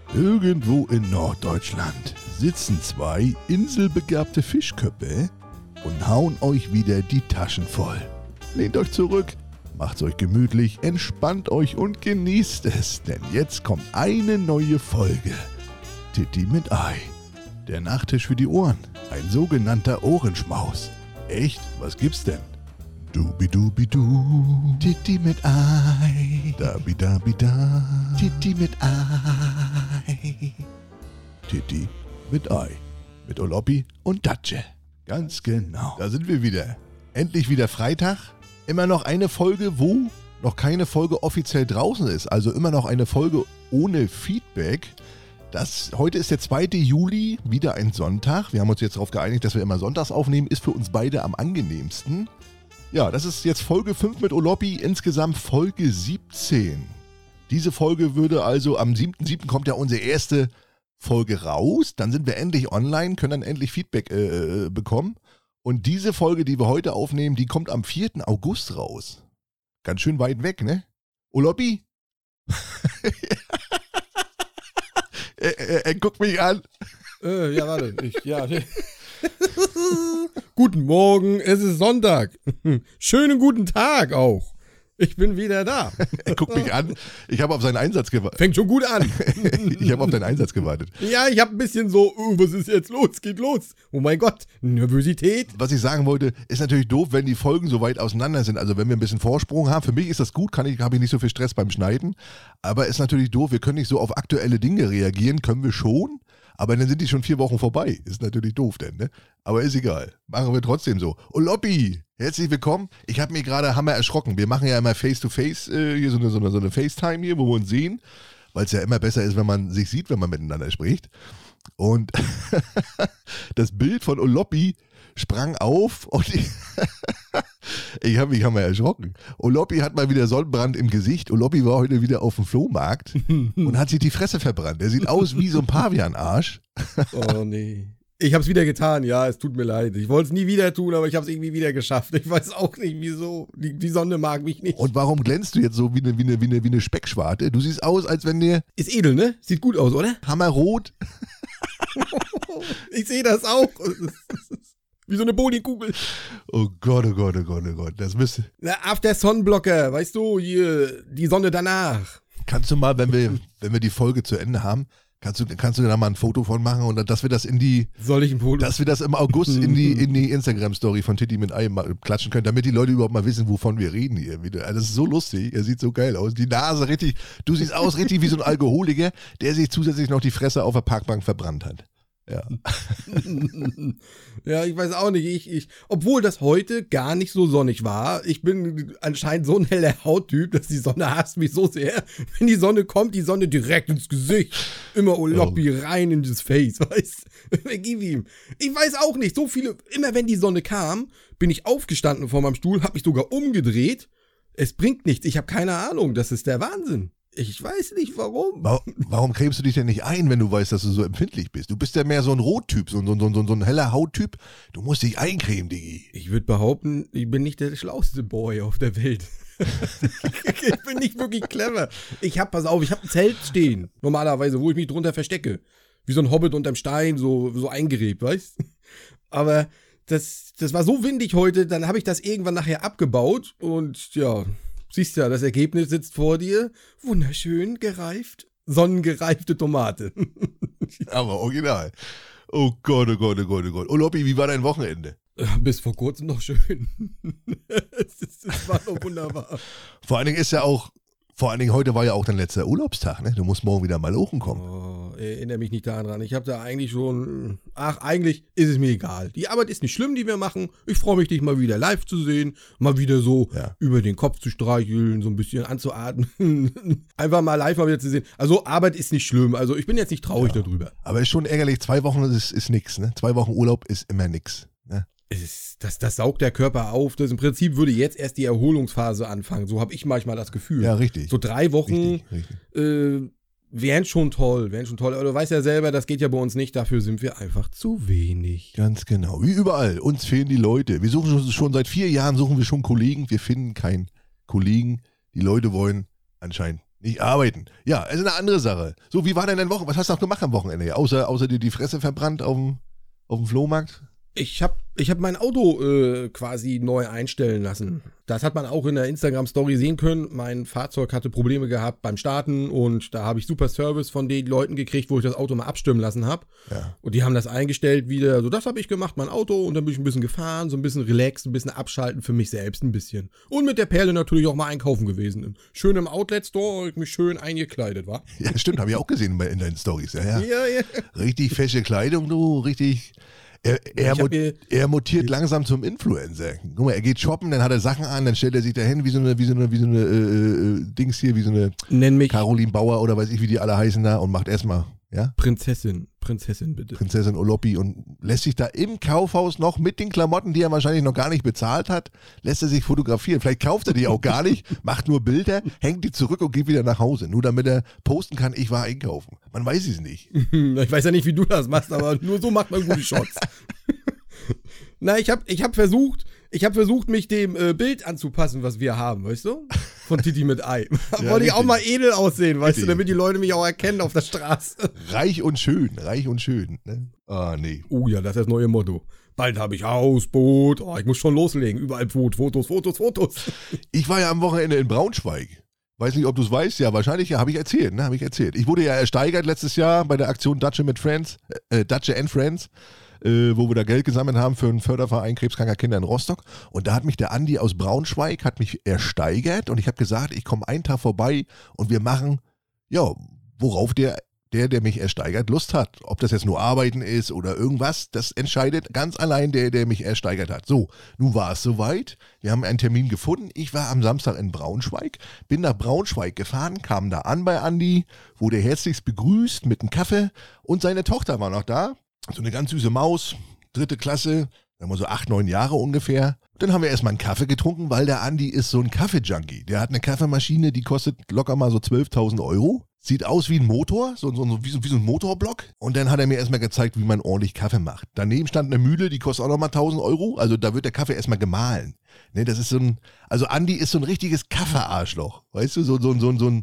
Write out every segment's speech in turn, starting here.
Irgendwo in Norddeutschland sitzen zwei inselbegabte Fischköppe und hauen euch wieder die Taschen voll. Lehnt euch zurück, macht's euch gemütlich, entspannt euch und genießt es, denn jetzt kommt eine neue Folge. Titti mit Ei. Der Nachtisch für die Ohren. Ein sogenannter Ohrenschmaus. Echt? Was gibt's denn? Dubidubidu. Titti mit Ei. Dabidabida. Titti mit Ei. Titti mit Ei. Mit Oloppi und Datsche. Ganz genau. Da sind wir wieder. Endlich wieder Freitag. Immer noch eine Folge, wo noch keine Folge offiziell draußen ist. Also immer noch eine Folge ohne Feedback. Heute ist der 2. Juli, wieder ein Sonntag. Wir haben uns jetzt darauf geeinigt, dass wir immer sonntags aufnehmen. Ist für uns beide am angenehmsten. Ja, das ist jetzt Folge 5 mit Oloppi, insgesamt Folge 17. Diese Folge würde also am 7.7. kommt ja unsere erste Folge raus. Dann sind wir endlich online, können dann endlich Feedback bekommen. Und diese Folge, die wir heute aufnehmen, die kommt am 4. August raus. Ganz schön weit weg, ne? Oloppi? Er guckt mich an. Ja, warte. Guten Morgen, es ist Sonntag. Schönen guten Tag auch. Ich bin wieder da. Er guckt mich an. Ich habe auf seinen Einsatz gewartet. Fängt schon gut an. Ich habe auf deinen Einsatz gewartet. Ja, ich habe ein bisschen so, was ist jetzt los? Geht los. Oh mein Gott, Nervosität. Was ich sagen wollte, ist natürlich doof, wenn die Folgen so weit auseinander sind. Also wenn wir ein bisschen Vorsprung haben. Für mich ist das gut, habe ich nicht so viel Stress beim Schneiden. Aber ist natürlich doof, wir können nicht so auf aktuelle Dinge reagieren. Können wir schon. Aber dann sind die schon 4 Wochen vorbei. Ist natürlich doof denn, ne? Aber ist egal. Machen wir trotzdem so. Oloppi, herzlich willkommen. Ich habe mich gerade hammer erschrocken. Wir machen ja immer Face-to-Face, hier so eine FaceTime hier, wo wir uns sehen. Weil es ja immer besser ist, wenn man sich sieht, wenn man miteinander spricht. Und das Bild von Oloppi sprang auf und ich habe mich hammer erschrocken. Oloppi hat mal wieder Sonnenbrand im Gesicht. Oloppi war heute wieder auf dem Flohmarkt und hat sich die Fresse verbrannt. Er sieht aus wie so ein Pavianarsch. Oh nee. Ich habe es wieder getan, ja, es tut mir leid. Ich wollte es nie wieder tun, aber ich habe es irgendwie wieder geschafft. Ich weiß auch nicht, wieso. Die Sonne mag mich nicht. Und warum glänzt du jetzt so wie eine Speckschwarte? Du siehst aus, als wenn dir... Ist edel, ne? Sieht gut aus, oder? Hammerrot. Ich sehe das auch. Wie so eine Bonikugel. Oh Gott, oh Gott, oh Gott, oh Gott. Das müsste... Na, After Sonnenblocker, weißt du, hier, die Sonne danach. Kannst du mal, wenn wir die Folge zu Ende haben, kannst du da mal ein Foto von machen und dass wir das Soll ich ein Foto? Dass wir das im August in die Instagram-Story von Titti mit Ei klatschen können, damit die Leute überhaupt mal wissen, wovon wir reden hier. Das ist so lustig, er sieht so geil aus. Die Nase richtig, du siehst aus richtig wie so ein Alkoholiker, der sich zusätzlich noch die Fresse auf der Parkbank verbrannt hat. Ja. Ja, ich weiß auch nicht. Obwohl das heute gar nicht so sonnig war. Ich bin anscheinend so ein heller Hauttyp, dass die Sonne hasst mich so sehr. Wenn die Sonne kommt, die Sonne direkt ins Gesicht. Immer Oloppi rein in das Face, weißt du? Gib ihm. Ich weiß auch nicht, so viele, immer wenn die Sonne kam, bin ich aufgestanden vor meinem Stuhl, hab mich sogar umgedreht. Es bringt nichts, ich habe keine Ahnung, das ist der Wahnsinn. Ich weiß nicht, warum. Warum cremst du dich denn nicht ein, wenn du weißt, dass du so empfindlich bist? Du bist ja mehr so ein Rottyp, so ein heller Hauttyp. Du musst dich eincremen, Diggi. Ich würde behaupten, ich bin nicht der schlauste Boy auf der Welt. Ich bin nicht wirklich clever. Pass auf, ich habe ein Zelt stehen, normalerweise, wo ich mich drunter verstecke. Wie so ein Hobbit unterm Stein, so eingräbt, weißt du? Aber das war so windig heute, dann habe ich das irgendwann nachher abgebaut und ja... Siehst ja, das Ergebnis sitzt vor dir. Wunderschön gereift. Sonnengereifte Tomate. Aber original. Oh Gott, oh Gott, oh Gott, oh Gott. Oloppi, wie war dein Wochenende? Bis vor kurzem noch schön. Das war noch wunderbar. Vor allen Dingen heute war ja auch dein letzter Urlaubstag, ne? Du musst morgen wieder mal hochkommen. Oh, erinnere mich nicht daran. Ich habe da eigentlich schon... eigentlich ist es mir egal. Die Arbeit ist nicht schlimm, die wir machen. Ich freue mich, dich mal wieder live zu sehen. Mal wieder so über den Kopf zu streicheln, so ein bisschen anzuatmen. Einfach mal live mal wieder zu sehen. Also Arbeit ist nicht schlimm. Also ich bin jetzt nicht traurig darüber. Aber ist schon ärgerlich. 2 Wochen ist nix, ne? 2 Wochen Urlaub ist immer nix, ne? Das saugt der Körper auf. Das im Prinzip würde jetzt erst die Erholungsphase anfangen. So habe ich manchmal das Gefühl. Ja, richtig. So 3 Wochen richtig. wären schon toll. Aber du weißt ja selber, das geht ja bei uns nicht. Dafür sind wir einfach zu wenig. Ganz genau. Wie überall. Uns fehlen die Leute. Wir suchen schon seit 4 Jahren Kollegen. Wir finden keinen Kollegen. Die Leute wollen anscheinend Nicht arbeiten. Ja, es ist eine andere Sache. So, wie war denn dein Wochenende? Was hast du noch gemacht am Wochenende? Außer dir die Fresse verbrannt auf dem Flohmarkt? Ich hab mein Auto quasi neu einstellen lassen. Das hat man auch in der Instagram-Story sehen können. Mein Fahrzeug hatte Probleme gehabt beim Starten und da habe ich super Service von den Leuten gekriegt, wo ich das Auto mal abstimmen lassen habe. Ja. Und die haben das eingestellt wieder. So, das habe ich gemacht, mein Auto. Und dann bin ich ein bisschen gefahren, so ein bisschen relaxed, ein bisschen abschalten für mich selbst ein bisschen. Und mit der Perle natürlich auch mal einkaufen gewesen. Schön im Outlet-Store, mich schön eingekleidet, wa? Ja, stimmt, habe ich auch gesehen in deinen Stories. Ja. Ja. Richtig fesche Kleidung, du, richtig. Er mutiert langsam zum Influencer. Guck mal, er geht shoppen, dann hat er Sachen an, dann stellt er sich dahin wie so eine Dings hier, wie so eine Nenn mich Caroline Bauer oder weiß ich, wie die alle heißen da und macht erstmal, ja? Prinzessin bitte. Prinzessin Oloppi und lässt sich da im Kaufhaus noch mit den Klamotten, die er wahrscheinlich noch gar nicht bezahlt hat, lässt er sich fotografieren. Vielleicht kauft er die auch gar nicht, macht nur Bilder, hängt die zurück und geht wieder nach Hause. Nur damit er posten kann, ich war einkaufen. Man weiß es nicht. Ich weiß ja nicht, wie du das machst, aber nur so macht man gute Shots. Na, ich hab versucht, mich dem Bild anzupassen, was wir haben, weißt du? Von Titi mit Ei. Ja, wollte ich auch richtig. mal edel aussehen, weißt Richtig. du, damit die Leute mich auch erkennen auf der Straße. Reich und schön. Ne? Ah, nee. Oh ja, das ist das neue Motto. Bald habe ich Haus, Boot. Oh, ich muss schon loslegen. Überall Fotos. Ich war ja am Wochenende in Braunschweig. Weiß nicht, ob du es weißt. Ja, wahrscheinlich, ja, habe ich erzählt. Ich wurde ja ersteigert letztes Jahr bei der Aktion Datsche and Friends, wo wir da Geld gesammelt haben für einen Förderverein krebskranker Kinder in Rostock. Und da hat mich der Andi aus Braunschweig, hat mich ersteigert und ich habe gesagt, ich komme einen Tag vorbei und wir machen, ja, worauf der mich ersteigert, Lust hat. Ob das jetzt nur Arbeiten ist oder irgendwas, das entscheidet ganz allein der mich ersteigert hat. So, nun war es soweit. Wir haben einen Termin gefunden. Ich war am Samstag in Braunschweig, bin nach Braunschweig gefahren, kam da an bei Andi, wurde herzlichst begrüßt mit einem Kaffee und seine Tochter war noch da. So eine ganz süße Maus, 3. Klasse, sagen wir so 8, 9 Jahre ungefähr. Dann haben wir erstmal einen Kaffee getrunken, weil der Andi ist so ein Kaffee-Junkie. Der hat eine Kaffeemaschine, die kostet locker mal so 12.000 Euro. Sieht aus wie ein Motor, wie so ein Motorblock. Und dann hat er mir erstmal gezeigt, wie man ordentlich Kaffee macht. Daneben stand eine Mühle, die kostet auch nochmal 1.000 Euro. Also da wird der Kaffee erstmal gemahlen. Ne, das ist also Andi ist so ein richtiges Kaffee-Arschloch. Weißt du, so ein...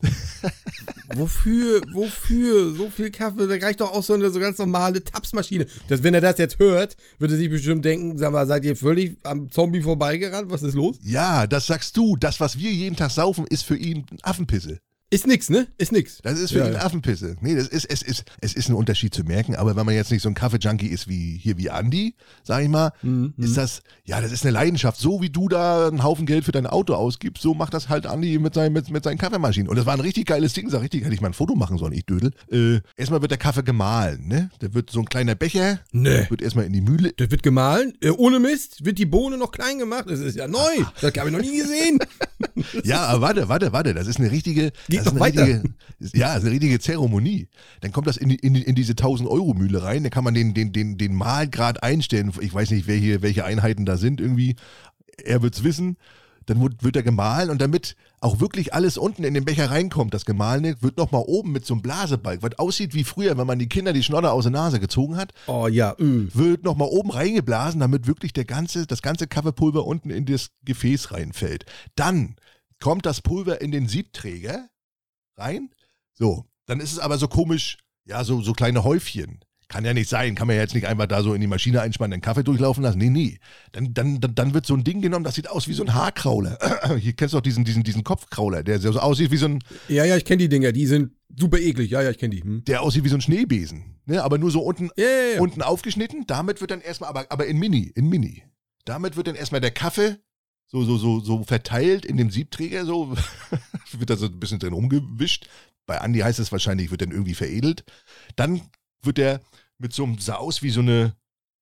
Wofür so viel Kaffee? Da reicht doch auch so eine so ganz normale Tapsmaschine. Wenn er das jetzt hört, würde er sich bestimmt denken, sag mal, seid ihr völlig am Zombie vorbeigerannt? Was ist los? Ja, das sagst du. Das, was wir jeden Tag saufen, ist für ihn Affenpisse. Ist nix, ne? Ist nix. Das ist für ihn Affenpisse. Nee, es ist ein Unterschied zu merken, aber wenn man jetzt nicht so ein Kaffee-Junkie ist wie Andi, sag ich mal, ist das ist eine Leidenschaft. So wie du da einen Haufen Geld für dein Auto ausgibst, so macht das halt Andi mit seinen Kaffeemaschinen. Und das war ein richtig geiles Ding, hätte ich mal ein Foto machen sollen, ich Dödel. Erstmal wird der Kaffee gemahlen, ne? Da wird so ein kleiner Becher, wird erstmal in die Mühle. Der wird gemahlen, ohne Mist, wird die Bohne noch klein gemacht. Das ist ja neu. Das habe ich noch nie gesehen. Ja, aber warte, das ist eine richtige... Geht noch weiter. Ist eine richtige Zeremonie. Dann kommt das in diese 1.000-Euro-Mühle rein, dann kann man den Mahlgrad einstellen. Ich weiß nicht, welche Einheiten da sind irgendwie. Er wird's wissen. Dann wird er gemahlen und damit auch wirklich alles unten in den Becher reinkommt, das Gemahlene, wird nochmal oben mit so einem Blasebalg, was aussieht wie früher, wenn man die Kinder die Schnodder aus der Nase gezogen hat. Oh ja. Wird nochmal oben reingeblasen, damit wirklich das ganze Kaffeepulver unten in das Gefäß reinfällt. Dann kommt das Pulver in den Siebträger rein. So, dann ist es aber so komisch, ja, so kleine Häufchen. Kann ja nicht sein, kann man ja jetzt nicht einfach da so in die Maschine einspannen, den Kaffee durchlaufen lassen. Nee. Dann wird so ein Ding genommen, das sieht aus wie so ein Haarkrauler. Hier kennst du auch diesen Kopfkrauler, der so aussieht wie so ein... Ja, ich kenne die Dinger, die sind super eklig. Ja, ich kenne die. Der aussieht wie so ein Schneebesen. Ne? Aber nur so unten aufgeschnitten. Damit wird dann erstmal, aber in Mini. Damit wird dann erstmal der Kaffee so verteilt in dem Siebträger, so wird da so ein bisschen drin rumgewischt. Bei Andi heißt es wahrscheinlich, wird dann irgendwie veredelt. Dann wird der mit so einem, sah aus wie so eine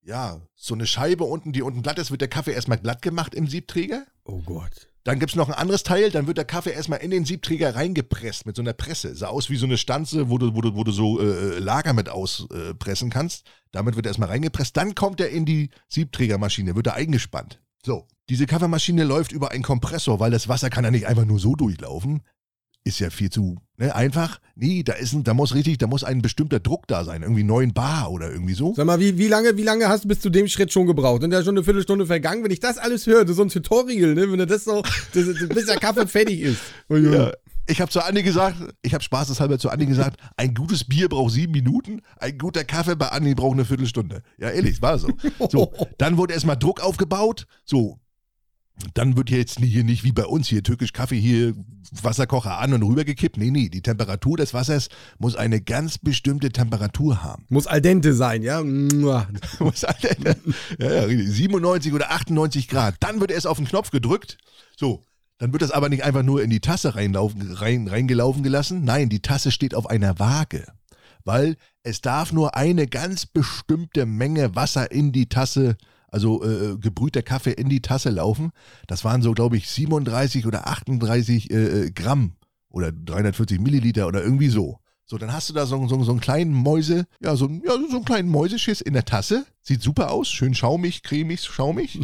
Scheibe unten, die unten glatt ist, wird der Kaffee erstmal glatt gemacht im Siebträger. Oh Gott. Dann gibt es noch ein anderes Teil, dann wird der Kaffee erstmal in den Siebträger reingepresst mit so einer Presse. Sah aus wie so eine Stanze, wo du so Lager mit auspressen kannst. Damit wird er erstmal reingepresst. Dann kommt er in die Siebträgermaschine, wird er eingespannt. So, diese Kaffeemaschine läuft über einen Kompressor, weil das Wasser kann ja nicht einfach nur so durchlaufen. Ist ja viel zu einfach. Nee, da muss ein bestimmter Druck da sein. Irgendwie 9 Bar oder irgendwie so. Sag mal, wie lange hast du bis zu dem Schritt schon gebraucht? Sind ja schon eine Viertelstunde vergangen. Wenn ich das alles höre, das ist so ein Tutorial, ne? Wenn du das so, bis der Kaffee fertig ist. Ja, Ich habe spaßeshalber zu Andi gesagt, ein gutes Bier braucht 7 Minuten, ein guter Kaffee bei Andi braucht eine Viertelstunde. Ja, ehrlich, war so. So, dann wurde erstmal Druck aufgebaut, so. Dann wird jetzt hier nicht wie bei uns hier türkisch Kaffee hier Wasserkocher an und rübergekippt. Nee, die Temperatur des Wassers muss eine ganz bestimmte Temperatur haben. Muss al dente sein, ja? Muss al dente. Ja, richtig. 97 oder 98 Grad. Dann wird erst auf den Knopf gedrückt. So, dann wird das aber nicht einfach nur in die Tasse reingelaufen gelassen. Nein, die Tasse steht auf einer Waage. Weil es darf nur eine ganz bestimmte Menge Wasser in die Tasse, also gebrühter Kaffee in die Tasse laufen. Das waren so, glaube ich, 37 oder 38 Gramm oder 340 Milliliter oder irgendwie so. So, dann hast du da so einen kleinen so einen kleinen Mäuseschiss in der Tasse. Sieht super aus, schön schaumig, cremig, schaumig.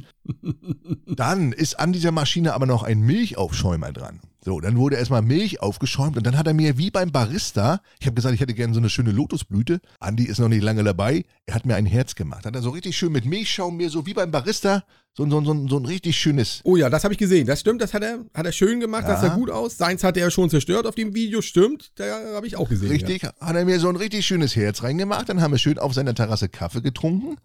Dann ist an dieser Maschine aber noch ein Milchaufschäumer dran. So, dann wurde erstmal Milch aufgeschäumt und dann hat er mir wie beim Barista, ich habe gesagt, ich hätte gerne so eine schöne Lotusblüte. Andi ist noch nicht lange dabei, er hat mir ein Herz gemacht. Hat er so richtig schön mit Milchschaum mir so wie beim Barista so ein richtig schönes... Oh ja, das habe ich gesehen, das stimmt, das hat er schön gemacht, das sah gut aus. Seins hat er schon zerstört auf dem Video, stimmt, da habe ich auch gesehen. Richtig, ja. Hat er mir so ein richtig schönes Herz reingemacht, dann haben wir schön auf seiner Terrasse Kaffee getrunken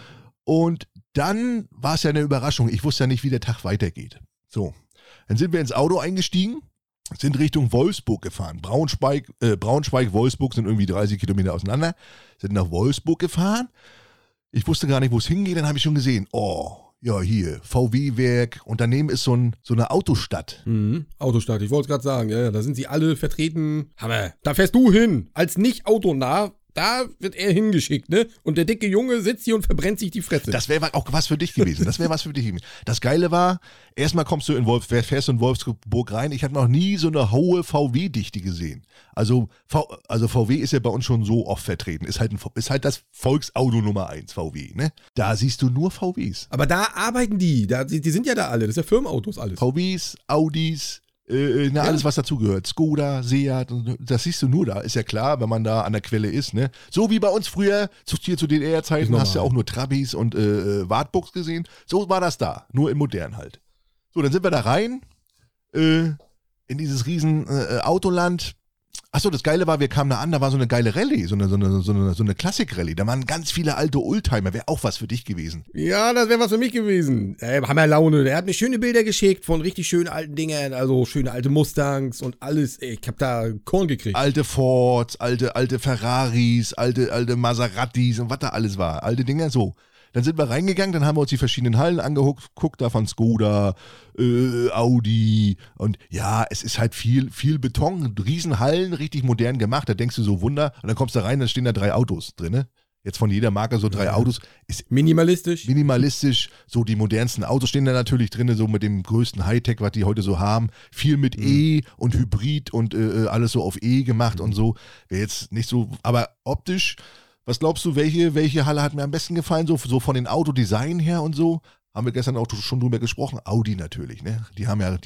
und dann war es ja eine Überraschung, ich wusste ja nicht, wie der Tag weitergeht. So, dann sind wir ins Auto eingestiegen, sind Richtung Wolfsburg gefahren. Braunschweig, Wolfsburg sind irgendwie 30 Kilometer auseinander, sind nach Wolfsburg gefahren. Ich wusste gar nicht, wo es hingeht, dann habe ich schon gesehen, oh, ja hier, VW-Werk und daneben ist so eine Autostadt. Autostadt, ich wollte es gerade sagen, ja, da sind sie alle vertreten. Hammer, da fährst du hin, als nicht autonah. Da wird er hingeschickt, ne? Und der dicke Junge sitzt hier und verbrennt sich die Fresse. Das wäre auch was für dich gewesen. Das Geile war, erstmal fährst du in Wolfsburg rein. Ich habe noch nie so eine hohe VW-Dichte gesehen. Also VW ist ja bei uns schon so oft vertreten. Ist halt das Volksauto Nummer 1, VW, ne? Da siehst du nur VWs. Aber da arbeiten die sind ja da alle. Das ist ja Firmenautos alles. VWs, Audis, alles, was dazugehört. Skoda, Seat, das siehst du nur da. Ist ja klar, wenn man da an der Quelle ist. Ne? So wie bei uns früher, zu DDR-Zeiten, hast du ja auch nur Trabis und Wartburgs gesehen. So war das da, nur in modern halt. So, dann sind wir da rein, in dieses riesen Autoland. Achso, das Geile war, wir kamen da an, da war so eine geile Rallye, so eine Klassik-Rallye. Da waren ganz viele alte Oldtimer, wäre auch was für dich gewesen. Ja, das wäre was für mich gewesen. Hammer Laune, der hat mir schöne Bilder geschickt von richtig schönen alten Dingern, also schöne alte Mustangs und alles. Ich hab da Korn gekriegt. Alte Fords, alte Ferraris, alte Maseratis und was da alles war. Alte Dinger, so. Dann sind wir reingegangen, dann haben wir uns die verschiedenen Hallen angeguckt, da von Skoda, Audi und ja, es ist halt viel Beton, Riesenhallen, richtig modern gemacht, da denkst du so Wunder und dann kommst du rein, dann stehen da 3 Autos drin, ne? Jetzt von jeder Marke so 3 Autos. Ist minimalistisch, so die modernsten Autos stehen da natürlich drin, so mit dem größten Hightech, was die heute so haben. Viel mit E und Hybrid und alles so auf E gemacht und so. Wäre jetzt nicht so, aber optisch. Was glaubst du, welche Halle hat mir am besten gefallen, so von den Autodesign her und so? Haben wir gestern auch schon drüber gesprochen. Audi natürlich, ne? Die haben ja,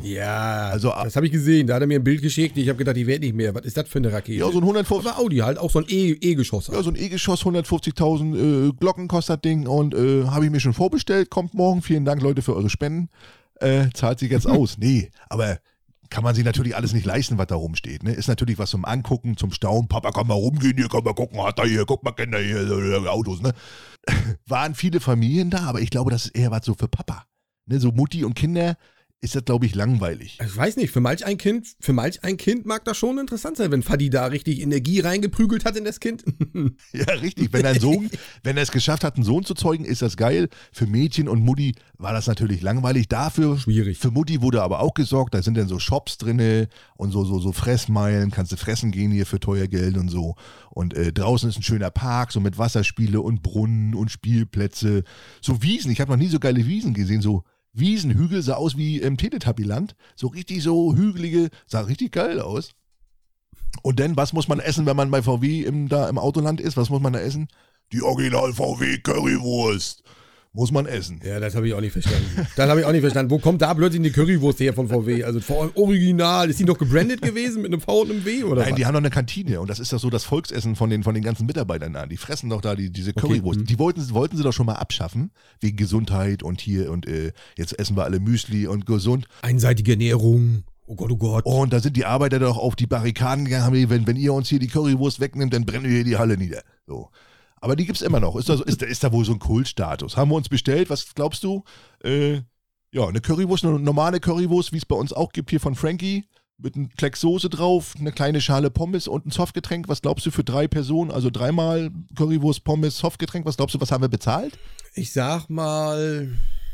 das habe ich gesehen. Da hat er mir ein Bild geschickt. Ich habe gedacht, die werden nicht mehr. Was ist das für eine Rakete? Ja, so ein 150. Aber Audi halt, auch so ein E-Geschoss. Ja, so ein E-Geschoss, 150.000 Glocken kostet das Ding und habe ich mir schon vorbestellt. Kommt morgen. Vielen Dank, Leute, für eure Spenden. Zahlt sich jetzt aus. Nee, aber kann man sich natürlich alles nicht leisten, was da rumsteht. Ne? Ist natürlich was zum Angucken, zum Staunen. Papa, kann mal rumgehen, hier kann mal gucken, hat er hier, guck mal, kennt er hier Autos. Ne? Waren viele Familien da, aber ich glaube, das ist eher was so für Papa. Ne? So Mutti und Kinder ist das, glaube ich, langweilig. Ich weiß nicht, für manch ein Kind mag das schon interessant sein, wenn Fadi da richtig Energie reingeprügelt hat in das Kind. Ja, richtig. Wenn er es geschafft hat, einen Sohn zu zeugen, ist das geil. Für Mädchen und Mutti war das natürlich langweilig. Dafür, schwierig. Für Mutti wurde aber auch gesorgt, da sind dann so Shops drinne und so Fressmeilen, kannst du fressen gehen hier für teuer Geld und so. Und draußen ist ein schöner Park, so mit Wasserspiele und Brunnen und Spielplätze. So Wiesen, ich habe noch nie so geile Wiesen gesehen, so Wiesenhügel, sah aus wie im Teletubbyland. So richtig so hügelige, sah richtig geil aus. Und dann, was muss man essen, wenn man bei VW im Autoland ist? Was muss man da essen? Die Original VW Currywurst. Muss man essen. Ja, das habe ich auch nicht verstanden. Wo kommt da plötzlich eine Currywurst her von VW? Also original. Ist die noch gebrandet gewesen mit einem V und einem W? Oder Nein, was? Die haben doch eine Kantine und das ist doch so das Volksessen von den ganzen Mitarbeitern da. Die fressen doch da diese Currywurst. Okay. Die wollten sie doch schon mal abschaffen, wegen Gesundheit und hier und jetzt essen wir alle Müsli und gesund. Einseitige Ernährung. Oh Gott, oh Gott. Und da sind die Arbeiter doch auf die Barrikaden gegangen, haben gesagt, wenn ihr uns hier die Currywurst wegnimmt, dann brennen wir hier die Halle nieder. So. Aber die gibt's immer noch. Ist da wohl so ein Kultstatus? Haben wir uns bestellt? Was glaubst du? Ja, eine Currywurst, eine normale Currywurst, wie es bei uns auch gibt, hier von Frankie, mit einem Klecks Soße drauf, eine kleine Schale Pommes und ein Softgetränk. Was glaubst du für 3 Personen? Also 3-mal Currywurst, Pommes, Softgetränk. Was glaubst du, was haben wir bezahlt? Ich sag mal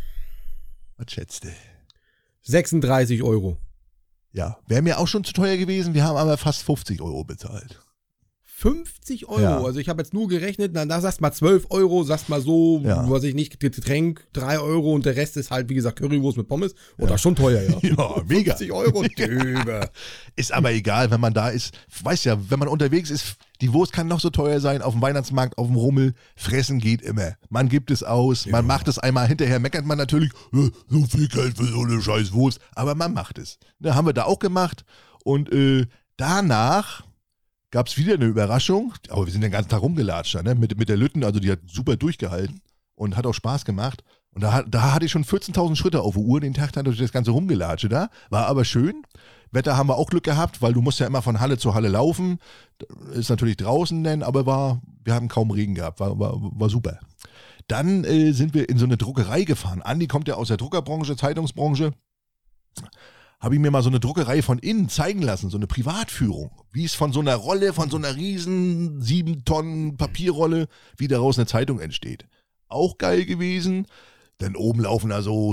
Was schätzt du? 36 Euro. Ja, wäre mir auch schon zu teuer gewesen. Wir haben aber fast 50 Euro bezahlt. 50 Euro. Ja. Also ich habe jetzt nur gerechnet, da sagst mal 12 Euro, sagst mal so, was ich nicht, Getränk 3 Euro und der Rest ist halt, wie gesagt, Currywurst mit Pommes. Oh, das ist schon teuer, ja. Ja, mega. 50 Euro, Döber. Ist aber egal, wenn man da ist. Weiß ja, wenn man unterwegs ist, die Wurst kann noch so teuer sein, auf dem Weihnachtsmarkt, auf dem Rummel, fressen geht immer. Man gibt es aus, man macht es einmal, hinterher meckert man natürlich, so viel Geld für so eine scheiß Wurst, aber man macht es. Ne, haben wir da auch gemacht und danach gab es wieder eine Überraschung, aber wir sind den ganzen Tag rumgelatscht, ne? mit der Lütten, also die hat super durchgehalten und hat auch Spaß gemacht. Und da hatte ich schon 14.000 Schritte auf der Uhr, den Tag dann durch das ganze Rumgelatsche da. War aber schön. Wetter haben wir auch Glück gehabt, weil du musst ja immer von Halle zu Halle laufen. Ist natürlich draußen denn, aber wir haben kaum Regen gehabt, war super. Dann sind wir in so eine Druckerei gefahren. Andi kommt ja aus der Druckerbranche, Zeitungsbranche. Habe ich mir mal so eine Druckerei von innen zeigen lassen, so eine Privatführung, wie es von so einer Rolle, von so einer riesen 7 Tonnen Papierrolle, wie daraus eine Zeitung entsteht. Auch geil gewesen. Dann oben laufen da so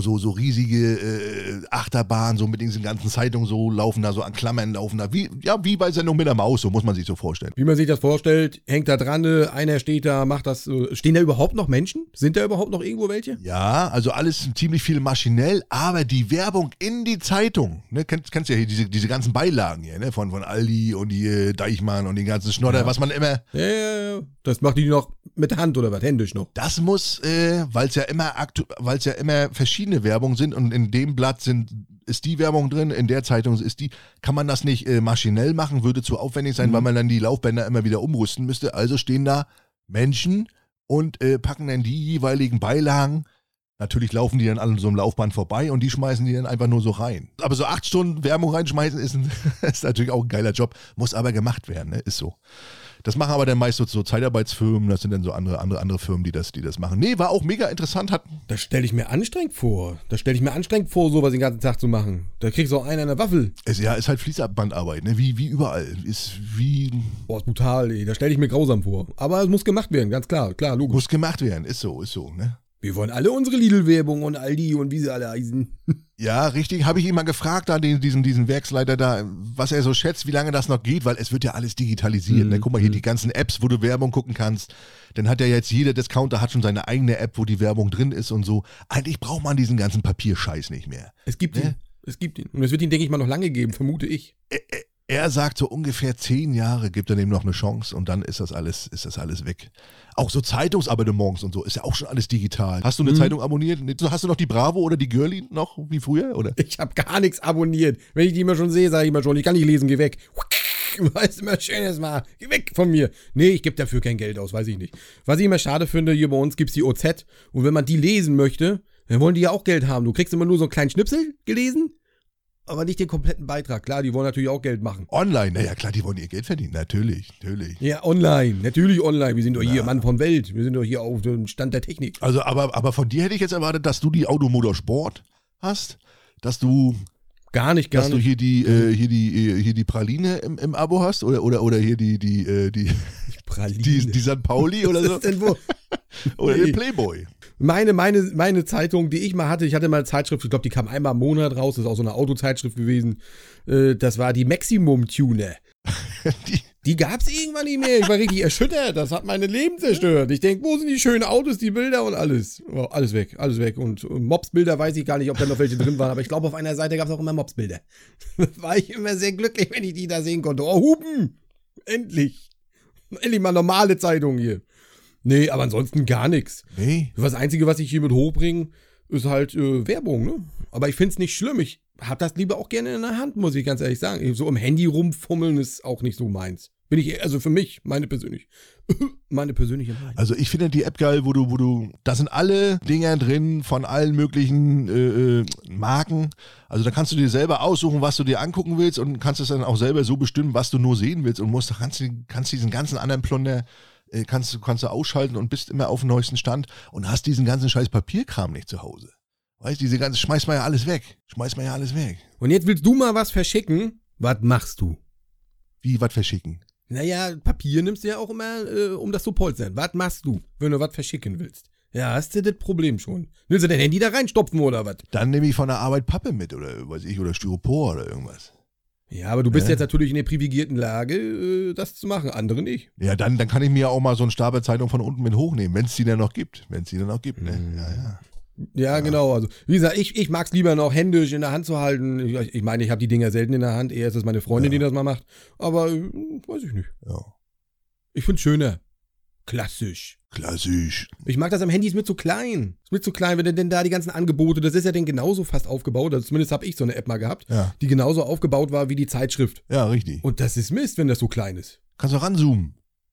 riesige Achterbahnen, so mit diesen ganzen Zeitungen, so laufen da so an Klammern, laufen da, wie bei Sendung mit der Maus, so muss man sich so vorstellen. Wie man sich das vorstellt, hängt da dran, einer steht da, macht das. Stehen da überhaupt noch Menschen? Sind da überhaupt noch irgendwo welche? Ja, also alles ziemlich viel maschinell, aber die Werbung in die Zeitung, ne, kennst ja hier diese ganzen Beilagen hier, ne, von Aldi und die Deichmann und den ganzen Schnodder, was man immer... Ja. Das macht die noch mit der Hand oder was, händisch noch? Das muss, weil es ja immer verschiedene Werbungen sind und in dem Blatt ist die Werbung drin, in der Zeitung ist die, kann man das nicht maschinell machen, würde zu aufwendig sein, weil man dann die Laufbänder immer wieder umrüsten müsste. Also stehen da Menschen und packen dann die jeweiligen Beilagen. Natürlich laufen die dann an so einem Laufband vorbei und die schmeißen die dann einfach nur so rein. Aber so 8 Stunden Werbung reinschmeißen ist natürlich auch ein geiler Job, muss aber gemacht werden, ne? Ist so. Das machen aber dann meist so Zeitarbeitsfirmen, das sind dann so andere Firmen, die das machen. Nee, war auch mega interessant. Das stelle ich mir anstrengend vor. Sowas den ganzen Tag zu machen. Da kriegst du auch einen an der Waffel. Ist halt Fließbandarbeit, ne? Wie überall. Ist brutal, ey. Das stelle ich mir grausam vor. Aber es muss gemacht werden, ganz klar, logisch. Muss gemacht werden, ist so, ne? Wir wollen alle unsere Lidl-Werbung und Aldi und wie sie alle heißen. Ja, richtig. Habe ich ihn mal gefragt, da diesen Werksleiter da, was er so schätzt, wie lange das noch geht, weil es wird ja alles digitalisiert. Ne? Guck mal hier, die ganzen Apps, wo du Werbung gucken kannst. Dann hat ja jetzt jeder Discounter hat schon seine eigene App, wo die Werbung drin ist und so. Eigentlich braucht man diesen ganzen Papierscheiß nicht mehr. Es gibt ihn. Und es wird ihn, denke ich mal, noch lange geben, vermute ich. Er sagt, so ungefähr 10 Jahre gibt er dem noch eine Chance und dann ist das alles weg. Auch so Zeitungsabonnements und so, ist ja auch schon alles digital. Hast du eine Zeitung abonniert? Hast du noch die Bravo oder die Girlie noch, wie früher, oder? Ich habe gar nichts abonniert. Wenn ich die immer schon sehe, sage ich immer schon, ich kann nicht lesen, geh weg. Weißt du, immer schönes Mal, geh weg von mir. Nee, ich gebe dafür kein Geld aus, weiß ich nicht. Was ich immer schade finde, hier bei uns gibt's die OZ und wenn man die lesen möchte, dann wollen die ja auch Geld haben. Du kriegst immer nur so einen kleinen Schnipsel gelesen, aber nicht den kompletten Beitrag. Klar, die wollen natürlich auch Geld machen. Online, naja klar, die wollen ihr Geld verdienen, natürlich. Ja, online, natürlich online. Wir sind doch hier Mann von Welt. Wir sind doch hier auf dem Stand der Technik. Also, aber von dir hätte ich jetzt erwartet, dass du die Automotor Sport hast, dass du... Gar nicht. Dass du hier die Praline im Abo hast oder hier die Praline. Die St. Pauli oder so. Was ist denn wo? Oder den Playboy. Meine Zeitung, die ich mal hatte, ich hatte mal eine Zeitschrift, ich glaube, die kam einmal im Monat raus, das ist auch so eine Autozeitschrift gewesen. Das war die Maximum Tuner. Die gab es irgendwann nicht mehr. Ich war richtig erschüttert. Das hat meine Leben zerstört. Ich denke, wo sind die schönen Autos, die Bilder und alles? Oh, alles weg. Und Mobsbilder weiß ich gar nicht, ob da noch welche drin waren. Aber ich glaube, auf einer Seite gab es auch immer Mobsbilder. War ich immer sehr glücklich, wenn ich die da sehen konnte. Oh, Hupen! Endlich mal normale Zeitung hier. Nee, aber ansonsten gar nichts. Nee. Das Einzige, was ich hier mit hochbringe, ist halt Werbung, ne? Aber ich finde es nicht schlimm. Ich habe das lieber auch gerne in der Hand, muss ich ganz ehrlich sagen. So im Handy rumfummeln ist auch nicht so meins. Bin ich, also für mich, meine persönliche Meinung. Also ich finde die App geil, wo du, da sind alle Dinger drin von allen möglichen Marken. Also da kannst du dir selber aussuchen, was du dir angucken willst und kannst es dann auch selber so bestimmen, was du nur sehen willst und kannst diesen ganzen anderen Plunder kannst du ausschalten und bist immer auf dem neuesten Stand und hast diesen ganzen scheiß Papierkram nicht zu Hause. Weißt du, diese ganze, schmeißt man ja alles weg. Und jetzt willst du mal was verschicken, was machst du? Wie, was verschicken? Naja, Papier nimmst du ja auch immer, um das zu polstern. Was machst du, wenn du was verschicken willst? Ja, hast du das Problem schon. Willst du dein Handy da reinstopfen oder was? Dann nehme ich von der Arbeit Pappe mit oder weiß ich, oder Styropor oder irgendwas. Ja, aber du bist jetzt natürlich in der privilegierten Lage, das zu machen, andere nicht. Ja, dann kann ich mir auch mal so einen Stapel Zeitung von unten mit hochnehmen, wenn es die dann noch gibt. Ne? Ja. Ja, genau. Also, wie gesagt, ich mag es lieber noch händisch in der Hand zu halten. Ich meine, ich habe die Dinger selten in der Hand. Eher ist es meine Freundin, die das mal macht. Aber weiß ich nicht. Ja. Ich finde es schöner. Klassisch. Ich mag das am Handy, ist mir zu klein. Wenn du denn da die ganzen Angebote, das ist ja dann genauso fast aufgebaut. Also zumindest habe ich so eine App mal gehabt, die genauso aufgebaut war wie die Zeitschrift. Ja, richtig. Und das ist Mist, wenn das so klein ist. Kannst du ranzoomen.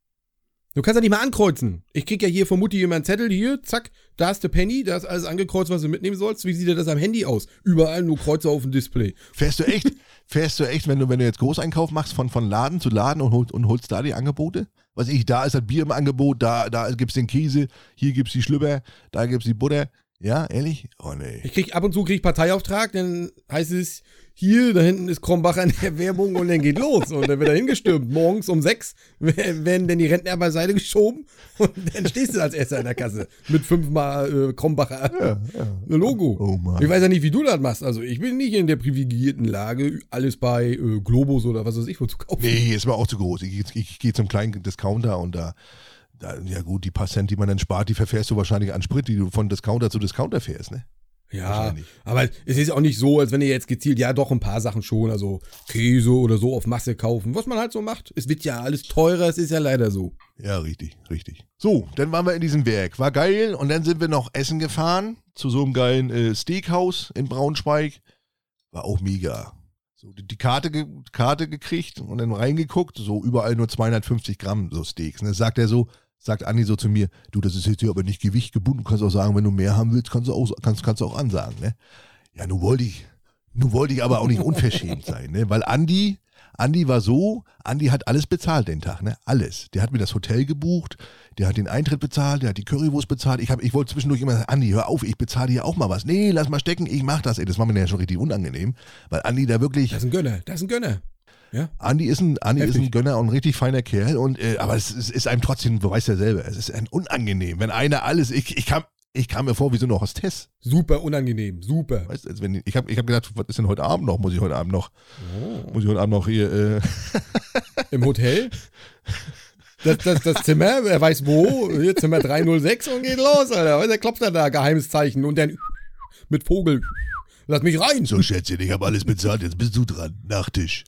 Du kannst ja nicht mal ankreuzen. Ich krieg ja hier von Mutti immer einen Zettel, hier, zack, da ist der Penny, da ist alles angekreuzt, was du mitnehmen sollst. Wie sieht dir das am Handy aus? Überall nur Kreuze auf dem Display. Fährst du echt, wenn du jetzt Großeinkauf machst, von Laden zu Laden und holst da die Angebote? Was da ist das Bier im Angebot, da gibt's den Käse, hier gibt's die Schlüpper, da gibt's die Butter. Ja, ehrlich? Oh nee. Ab und zu krieg ich Parteiauftrag, dann heißt es, hier, da hinten ist Krombacher in der Werbung und dann geht los. Und dann wird er hingestürmt. Morgens um 6 werden dann die Rentner beiseite geschoben und dann stehst du als Erster in der Kasse mit 5-mal Krombacher Logo. Oh Mann. Ich weiß ja nicht, wie du das machst. Also ich bin nicht in der privilegierten Lage, alles bei Globus oder was weiß ich wo zu kaufen. Nee, ist mir auch zu groß. Ich gehe zum kleinen Discounter und da, ja gut, die paar Cent, die man dann spart, die verfährst du wahrscheinlich an Sprit, die du von Discounter zu Discounter fährst, ne? Ja, aber es ist auch nicht so, als wenn ihr jetzt gezielt, ja doch ein paar Sachen schon, also Käse oder so auf Masse kaufen, was man halt so macht. Es wird ja alles teurer, es ist ja leider so. Ja, richtig. So, dann waren wir in diesem Werk, war geil und dann sind wir noch essen gefahren zu so einem geilen Steakhouse in Braunschweig, war auch mega. So, die Karte gekriegt und dann reingeguckt, so überall nur 250 Gramm so Steaks. Und dann sagt Andi so zu mir, du, das ist jetzt hier aber nicht Gewicht gebunden, du kannst auch sagen, wenn du mehr haben willst, kannst du auch ansagen, ne? Ja, nun wollte ich aber auch nicht unverschämt sein, ne? Weil Andi hat alles bezahlt den Tag, ne? Alles. Der hat mir das Hotel gebucht, der hat den Eintritt bezahlt, der hat die Currywurst bezahlt. Ich wollte zwischendurch immer sagen, Andi, hör auf, ich bezahle hier auch mal was. Nee, lass mal stecken, ich mach das. Ey, das war mir ja schon richtig unangenehm, weil Andi da wirklich... Das ist ein Gönner. Ja? Andi ist ein Gönner und ein richtig feiner Kerl, aber es ist einem trotzdem, du weißt ja selber, es ist ein unangenehm, wenn einer alles, ich kam mir vor wie so eine Hostess. Super unangenehm, super. Weißt du, ich hab gedacht, was ist denn heute Abend noch? Muss ich heute Abend noch hier, Im Hotel? Das Zimmer, wer weiß wo, hier Zimmer 306 und geht los, Alter. Der klopft da, geheimes Zeichen und dann mit Vogel. Lass mich rein. So, Schätzchen, ich habe alles bezahlt, jetzt bist du dran. Nachtisch.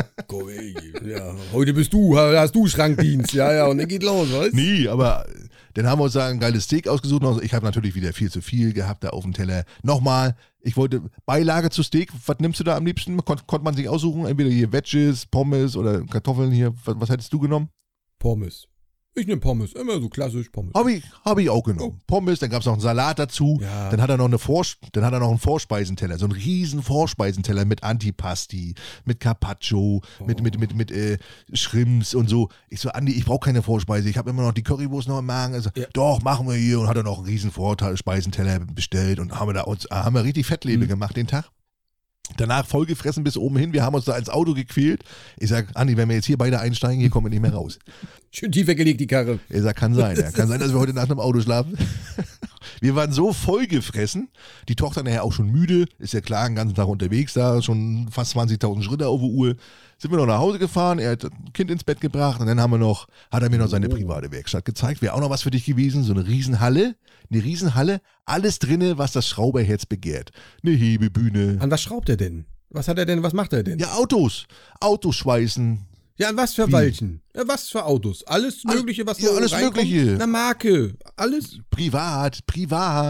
Ja, heute hast du Schrankdienst. Ja, und dann geht los, weißt du? Nee, aber dann haben wir uns da ein geiles Steak ausgesucht. Ich habe natürlich wieder viel zu viel gehabt da auf dem Teller. Nochmal, ich wollte Beilage zu Steak. Was nimmst du da am liebsten? Konnte man sich aussuchen? Entweder hier Veggies, Pommes oder Kartoffeln hier. Was hättest du genommen? Pommes. Ich nehme Pommes, immer so klassisch Pommes. Hab ich auch genommen. Oh. Pommes, dann gab es noch einen Salat dazu. Ja. Dann hat er noch einen Vorspeisenteller, so einen riesen Vorspeisenteller mit Antipasti, mit Carpaccio, mit Shrimps und so. Ich so, Andi, ich brauche keine Vorspeise, ich habe immer noch die Currywurst noch im Magen. Also, ja. Doch, machen wir hier. Und hat er noch einen riesen Vorspeisenteller bestellt und haben wir richtig Fettlebe gemacht den Tag. Danach vollgefressen bis oben hin. Wir haben uns da ins Auto gequält. Ich sag, Andi, wenn wir jetzt hier beide einsteigen, hier kommen wir nicht mehr raus. Schön tief weggelegt, die Karre. Ich sag, kann sein. Ja. Kann sein, dass wir heute Nacht im Auto schlafen. Wir waren so vollgefressen. Die Tochter nachher auch schon müde. Ist ja klar, den ganzen Tag unterwegs da. Schon fast 20.000 Schritte auf der Uhr. Sind wir noch nach Hause gefahren. Er hat ein Kind ins Bett gebracht. Und dann hat er mir noch seine private Werkstatt gezeigt. Wäre auch noch was für dich gewesen. So eine Riesenhalle. Alles drinne, was das Schrauberherz begehrt. Eine Hebebühne. An was schraubt er denn? Was macht er denn? Ja, Autos schweißen. Ja, an was für Weilchen? Ja, was für Autos? Alles Mögliche, was alles reinkommt? Mögliche. Eine Marke. Alles? Privat.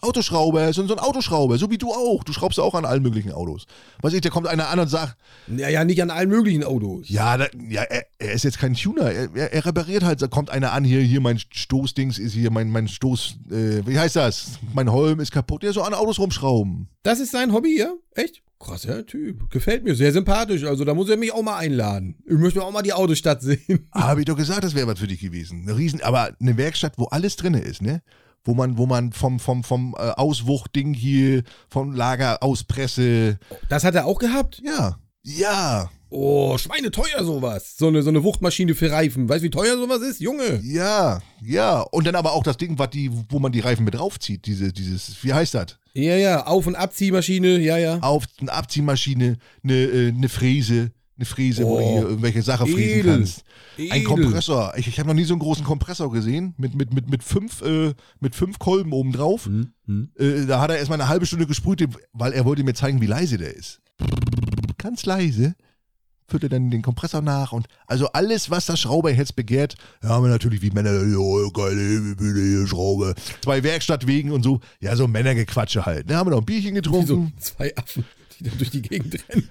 Autoschrauber, so ein Autoschrauber, so wie du auch. Du schraubst auch an allen möglichen Autos. Weiß ich, da kommt einer an und sagt, Ja, nicht an allen möglichen Autos. ja, er ist jetzt kein Tuner, er repariert halt, da kommt einer an, hier mein Stoßdings ist hier, mein Stoß, wie heißt das? Mein Holm ist kaputt, der so an Autos rumschrauben. Das ist sein Hobby, ja? Echt? Krasser Typ. Gefällt mir. Sehr sympathisch. Also da muss er mich auch mal einladen. Ich möchte auch mal die Autostadt sehen. Habe ich doch gesagt, das wäre was für dich gewesen. Aber eine Werkstatt, wo alles drin ist, ne? Wo man vom Auswuchtding hier, vom Lager Auspresse. Das hat er auch gehabt? Ja. Oh, schweineteuer sowas. So eine Wuchtmaschine für Reifen. Weißt du, wie teuer sowas ist? Junge. Ja. Und dann aber auch das Ding, wo man die Reifen mit draufzieht. Dieses, wie heißt das? Ja. Auf- und Abziehmaschine. Ja. Auf eine Abziehmaschine, eine Fräse. Wo du hier irgendwelche Sachen fräsen kannst. Ein Kompressor. Ich habe noch nie so einen großen Kompressor gesehen. Mit 5 Kolben oben drauf. Da hat er erstmal eine halbe Stunde gesprüht, weil er wollte mir zeigen, wie leise der ist. Ganz leise. Führt er dann den Kompressor nach und also alles, was das Schrauberherz begehrt, haben wir natürlich wie Männer, geile Hebebühne hier, Schraube. 2 Werkstattwegen und so, ja, so Männergequatsche halt. Da haben wir noch ein Bierchen getrunken. Wie so 2 Affen, die da durch die Gegend rennen.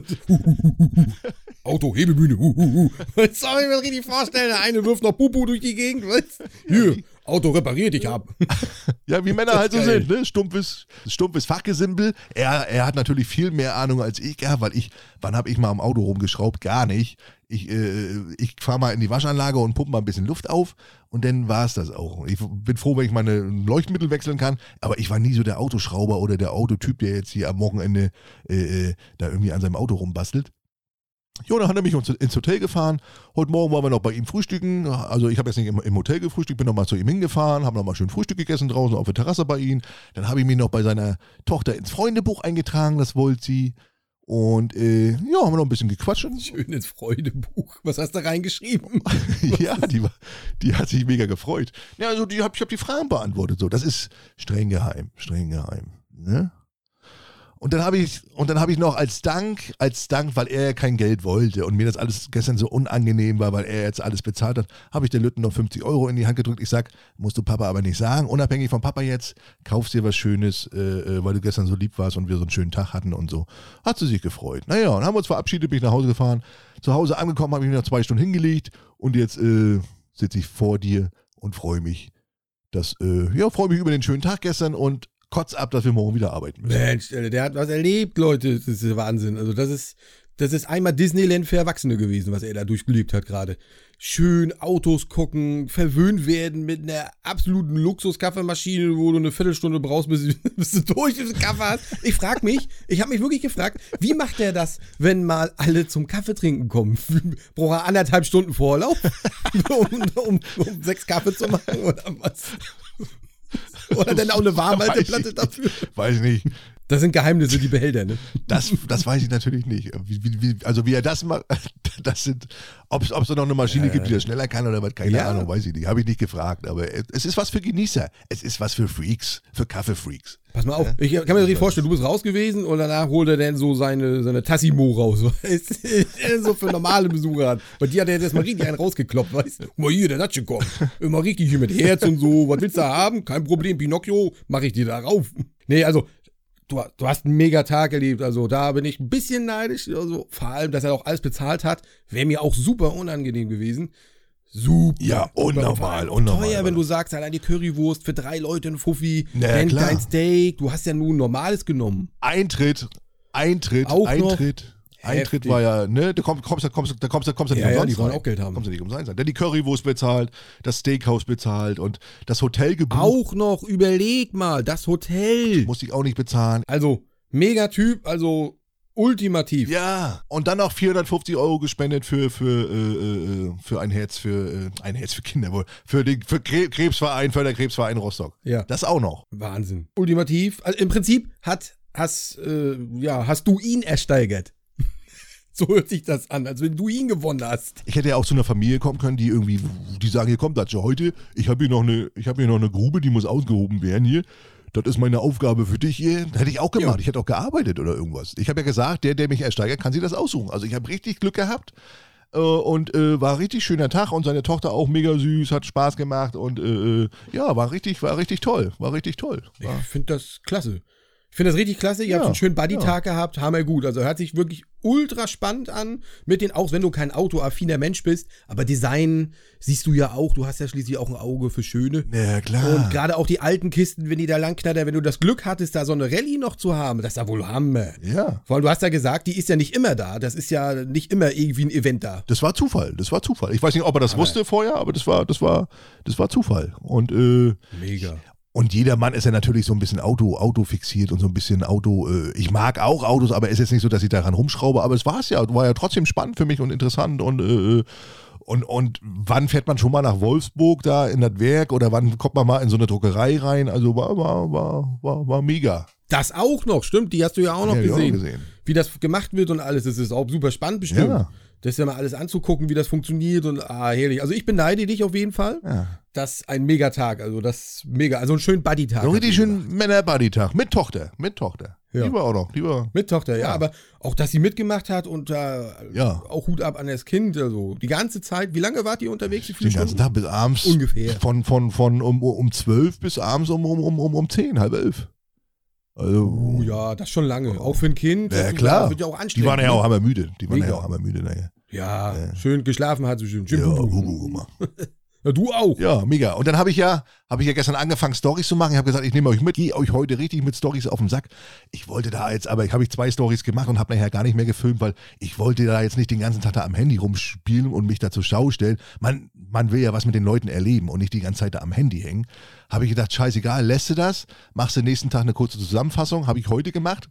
Auto, Hebebühne, Jetzt soll ich mir das richtig vorstellen, der eine wirft noch Pupu durch die Gegend, weißt? Hier, Auto repariert, ich hab. Ja, wie Männer halt so sind, ne? Stumpfes Fachgesimpel. Er hat natürlich viel mehr Ahnung als ich, ja, weil wann habe ich mal am Auto rumgeschraubt? Gar nicht. Ich fahre mal in die Waschanlage und pumpe mal ein bisschen Luft auf und dann war es das auch. Ich bin froh, wenn ich mal ein Leuchtmittel wechseln kann, aber ich war nie so der Autoschrauber oder der Autotyp, der jetzt hier am Wochenende da irgendwie an seinem Auto rumbastelt. Jo, dann hat er mich ins Hotel gefahren. Heute Morgen waren wir noch bei ihm frühstücken. Also ich habe jetzt nicht im Hotel gefrühstückt, bin noch mal zu ihm hingefahren, habe noch mal schön Frühstück gegessen draußen auf der Terrasse bei ihm. Dann habe ich mich noch bei seiner Tochter ins Freundebuch eingetragen, das wollte sie. Und haben wir noch ein bisschen gequatscht. Schön ins Freudebuch. Was hast du reingeschrieben? Ja, die hat sich mega gefreut. Ja, also ich hab die Fragen beantwortet. So, das ist streng geheim. Ne? Und dann habe ich noch als Dank, weil er kein Geld wollte und mir das alles gestern so unangenehm war, weil er jetzt alles bezahlt hat, habe ich der Lütten noch 50 € in die Hand gedrückt. Ich sag, musst du Papa aber nicht sagen, unabhängig von Papa jetzt, kaufst dir was Schönes, weil du gestern so lieb warst und wir so einen schönen Tag hatten und so. Hat sie sich gefreut. Naja, und haben wir uns verabschiedet, bin ich nach Hause gefahren. Zu Hause angekommen, habe ich mich noch 2 Stunden hingelegt und jetzt sitze ich vor dir und freue mich. Freue mich über den schönen Tag gestern und kotz ab, dass wir morgen wieder arbeiten müssen. Mensch, der hat was erlebt, Leute. Das ist Wahnsinn. Also das ist einmal Disneyland für Erwachsene gewesen, was er da durchgelebt hat gerade. Schön Autos gucken, verwöhnt werden mit einer absoluten Luxus-Kaffeemaschine, wo du eine Viertelstunde brauchst, bis du durch den Kaffee hast. Ich habe mich wirklich gefragt, wie macht der das, wenn mal alle zum Kaffee trinken kommen? Braucht er 1,5 Stunden Vorlauf, um 6 Kaffee zu machen oder was? Oder dann auch eine Warmhalteplatte dafür? Weiß ich nicht. Das sind Geheimnisse, die Behälter, ne? Das weiß ich natürlich nicht. Wie er das macht, ob es da noch eine Maschine gibt, die das schneller kann oder was, keine Ahnung, weiß ich nicht. Habe ich nicht gefragt. Aber es ist was für Genießer. Es ist was für Freaks, für Kaffeefreaks. Pass mal auf, ich kann mir das richtig vorstellen, du bist raus gewesen und danach holt er dann so seine Tassimo raus. Was er so für normale Besucher hat. Bei dir hat er jetzt mal richtig einen rausgekloppt, weißt du? Guck mal hier, der Natsche kommt. Immer richtig hier mit Herz und so. Was willst du da haben? Kein Problem, Pinocchio, mach ich dir da rauf. Nee, also, du hast einen mega Tag erlebt, also da bin ich ein bisschen neidisch, also vor allem, dass er auch alles bezahlt hat, wäre mir auch super unangenehm gewesen. Super. Ja, unnormal. Teuer, wenn du sagst, allein die Currywurst für 3 Leute, ein Fuffi, dann dein Steak, du hast ja nun Normales genommen. Eintritt war ja, ne, da kommst du nicht umsonst ja, die wollen rein. auch Geld haben. Kommst du nicht umsonst rein. Denn die Currywurst bezahlt, das Steakhouse bezahlt und das Hotel gebucht. Auch noch, überleg mal, das Hotel. Musste ich auch nicht bezahlen. Also, mega Typ, also ultimativ. Ja, und dann noch 450 € gespendet für ein Herz für Kinder wohl. Für Krebsverein, Förderkrebsverein Rostock. Ja. Das auch noch. Wahnsinn. Ultimativ. Also im Prinzip hast du ihn ersteigert. So hört sich das an, als wenn du ihn gewonnen hast. Ich hätte ja auch zu einer Familie kommen können, die sagen, hier kommt Datsche, heute, ich habe hier noch eine Grube, die muss ausgehoben werden hier. Das ist meine Aufgabe für dich hier. Das hätte ich auch gemacht. Ja. Ich hätte auch gearbeitet oder irgendwas. Ich habe ja gesagt, der mich ersteigert, kann sich das aussuchen. Also ich habe richtig Glück gehabt. und war richtig schöner Tag und seine Tochter auch mega süß, hat Spaß gemacht und ja, war richtig toll. Ich finde das klasse. Ich finde das richtig klasse. Ihr habt einen schönen Buddy-Tag gehabt, hammergut. Also hört sich wirklich ultra spannend an, auch wenn du kein autoaffiner Mensch bist, aber Design siehst du ja auch, du hast ja schließlich auch ein Auge für Schöne. Ja, klar. Und gerade auch die alten Kisten, wenn die da langknattern, wenn du das Glück hattest, da so eine Rallye noch zu haben, das ist ja wohl Hammer. Ja. Vor allem, du hast ja gesagt, die ist ja nicht immer da, das ist ja nicht immer irgendwie ein Event da. Das war Zufall. Ich weiß nicht, ob er das wusste vorher, aber das war Zufall. Und mega. Und jeder Mann ist ja natürlich so ein bisschen Auto fixiert und so ein bisschen ich mag auch Autos, aber es ist jetzt nicht so, dass ich daran rumschraube, aber es war ja trotzdem spannend für mich und interessant und wann fährt man schon mal nach Wolfsburg da in das Werk oder wann kommt man mal in so eine Druckerei rein, also war mega. Das auch noch, stimmt, die hast du ja auch noch gesehen. Wie das gemacht wird und alles, das ist auch super spannend bestimmt. Ja. Das ist ja mal alles anzugucken, wie das funktioniert und herrlich. Also ich beneide dich auf jeden Fall. Ja. Das ist ein Megatag, also einen schönen Buddy-Tag. So richtig schönen Männer-Buddy-Tag mit Tochter. Ja. Lieber auch noch, Mit Tochter, ja, aber auch, dass sie mitgemacht hat und auch Hut ab an das Kind, also die ganze Zeit. Wie lange wart ihr unterwegs? Den ganzen Tag bis abends. Ungefähr. Von um 12 bis abends um 10, halb 11. Also, ja, das ist schon lange. Auch für ein Kind. Ja, klar. Das wird ja auch anstrengend. Die waren ja auch hammermüde. Naja. Ja, schön geschlafen hat sie schön. Ja, Hubu. Ja, du auch. Ja, mega. Und dann habe ich ja gestern angefangen, Storys zu machen. Ich habe gesagt, ich nehme euch mit, gehe euch heute richtig mit Storys auf den Sack. Ich wollte da jetzt, aber habe ich 2 Storys gemacht und habe nachher gar nicht mehr gefilmt, weil ich wollte da jetzt nicht den ganzen Tag da am Handy rumspielen und mich da zur Schau stellen. Man will ja was mit den Leuten erleben und nicht die ganze Zeit da am Handy hängen. Habe ich gedacht, scheißegal, lässt du das, machst du nächsten Tag eine kurze Zusammenfassung, habe ich heute gemacht.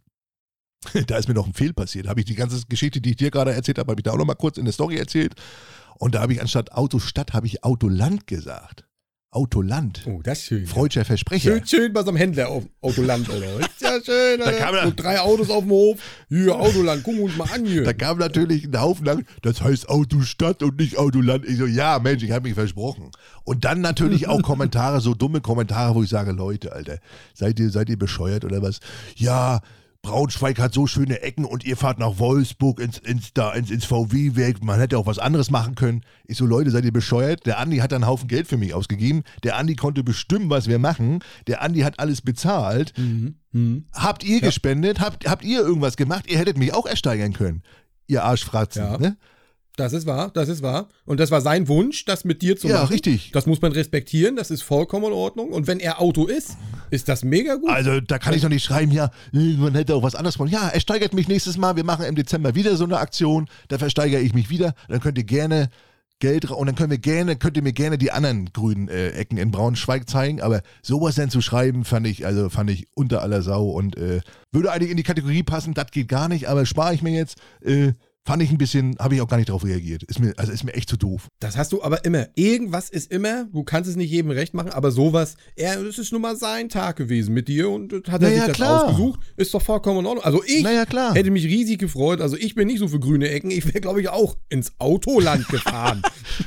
Da ist mir noch ein Fehl passiert. Habe ich die ganze Geschichte, die ich dir gerade erzählt habe ich da auch noch mal kurz in der Story erzählt. Und da habe ich anstatt Autostadt, habe ich Autoland gesagt. Autoland. Oh, das ist schön. Freudscher Versprecher. Schön bei so einem Händler auf Autoland, oder? Ist ja schön, da kam so 3 Autos auf dem Hof. Hier, Autoland, gucken wir uns mal an hier. Da kam natürlich ein Haufen lang, das heißt Autostadt und nicht Autoland. Ich so, ja, Mensch, ich habe mich versprochen. Und dann natürlich auch Kommentare, so dumme Kommentare, wo ich sage, Leute, Alter, seid ihr bescheuert oder was? Ja, Braunschweig hat so schöne Ecken und ihr fahrt nach Wolfsburg ins VW-Werk. Man hätte auch was anderes machen können. Ich so, Leute, seid ihr bescheuert? Der Andi hat einen Haufen Geld für mich ausgegeben. Der Andi konnte bestimmen, was wir machen. Der Andi hat alles bezahlt. Habt ihr gespendet? Habt ihr irgendwas gemacht? Ihr hättet mich auch ersteigern können. Ihr Arschfratzen, ne? Das ist wahr. Und das war sein Wunsch, das mit dir zu machen. Ja, richtig. Das muss man respektieren, das ist vollkommen in Ordnung. Und wenn er Auto ist das mega gut. Also da kann ich doch nicht schreiben, ja, man hätte auch was anderes machen. Ja, er steigert mich nächstes Mal, wir machen im Dezember wieder so eine Aktion, da versteigere ich mich wieder. Dann könnt ihr gerne Geld und dann könnt ihr mir gerne die anderen grünen Ecken in Braunschweig zeigen. Aber sowas dann zu schreiben, fand ich unter aller Sau und würde eigentlich in die Kategorie passen, das geht gar nicht, aber spare ich mir jetzt. Fand ich ein bisschen, habe ich auch gar nicht darauf reagiert. Ist mir echt zu doof. Das hast du aber immer. Irgendwas ist immer, du kannst es nicht jedem recht machen, aber sowas, das ist nun mal sein Tag gewesen mit dir und hat er sich das ausgesucht. Ist doch vollkommen in Ordnung. Also ich hätte mich riesig gefreut. Also ich bin nicht so für grüne Ecken. Ich wäre, glaube ich, auch ins Autoland gefahren.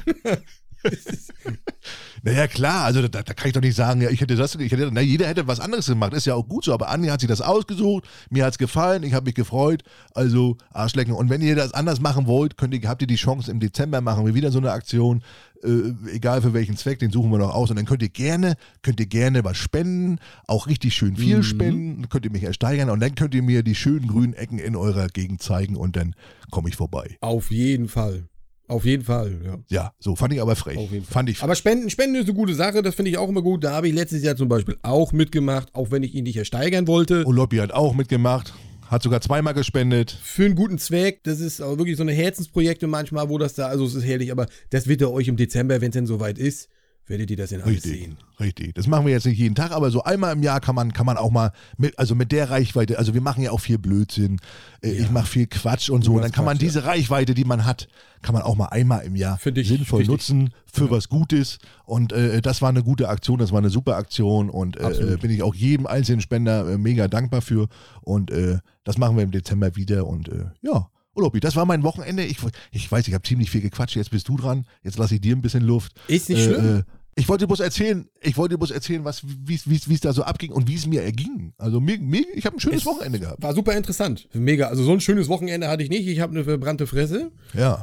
Naja, klar, also da kann ich doch nicht sagen, ja, jeder hätte was anderes gemacht, ist ja auch gut so, aber Andi hat sich das ausgesucht, mir hat's gefallen, ich habe mich gefreut, also Arschlecken. Und wenn ihr das anders machen wollt, habt ihr die Chance, im Dezember machen wir wieder so eine Aktion, egal für welchen Zweck, den suchen wir noch aus und dann könnt ihr gerne was spenden, auch richtig schön viel spenden, könnt ihr mich ersteigern und dann könnt ihr mir die schönen grünen Ecken in eurer Gegend zeigen und dann komme ich vorbei. Auf jeden Fall. Ja. Ja, so fand ich aber frech. Aber Spenden ist eine gute Sache, das finde ich auch immer gut. Da habe ich letztes Jahr zum Beispiel auch mitgemacht, auch wenn ich ihn nicht ersteigern wollte. Oloppi hat auch mitgemacht, hat sogar 2-mal gespendet. Für einen guten Zweck, das ist auch wirklich so eine Herzensprojekte manchmal, wo das da, also es ist herrlich, aber das wird er euch im Dezember, wenn es denn soweit ist, werdet ihr das in alles sehen. Richtig. Das machen wir jetzt nicht jeden Tag, aber so einmal im Jahr kann man auch mal, mit der Reichweite, also wir machen ja auch viel Blödsinn, ich mache viel Quatsch und so, und dann kann man diese Reichweite, die man hat, kann man auch mal einmal im Jahr sinnvoll nutzen für was Gutes und das war eine gute Aktion, das war eine super Aktion und bin ich auch jedem einzelnen Spender mega dankbar für und das machen wir im Dezember wieder und ja. Oloppi, das war mein Wochenende. Ich weiß, ich habe ziemlich viel gequatscht. Jetzt bist du dran. Jetzt lasse ich dir ein bisschen Luft. Ist nicht schlimm. Ich wollte dir bloß erzählen, wie es da so abging und wie es mir erging. Also ich habe ein schönes Wochenende gehabt. War super interessant. Mega. Also so ein schönes Wochenende hatte ich nicht. Ich habe eine verbrannte Fresse. Ja.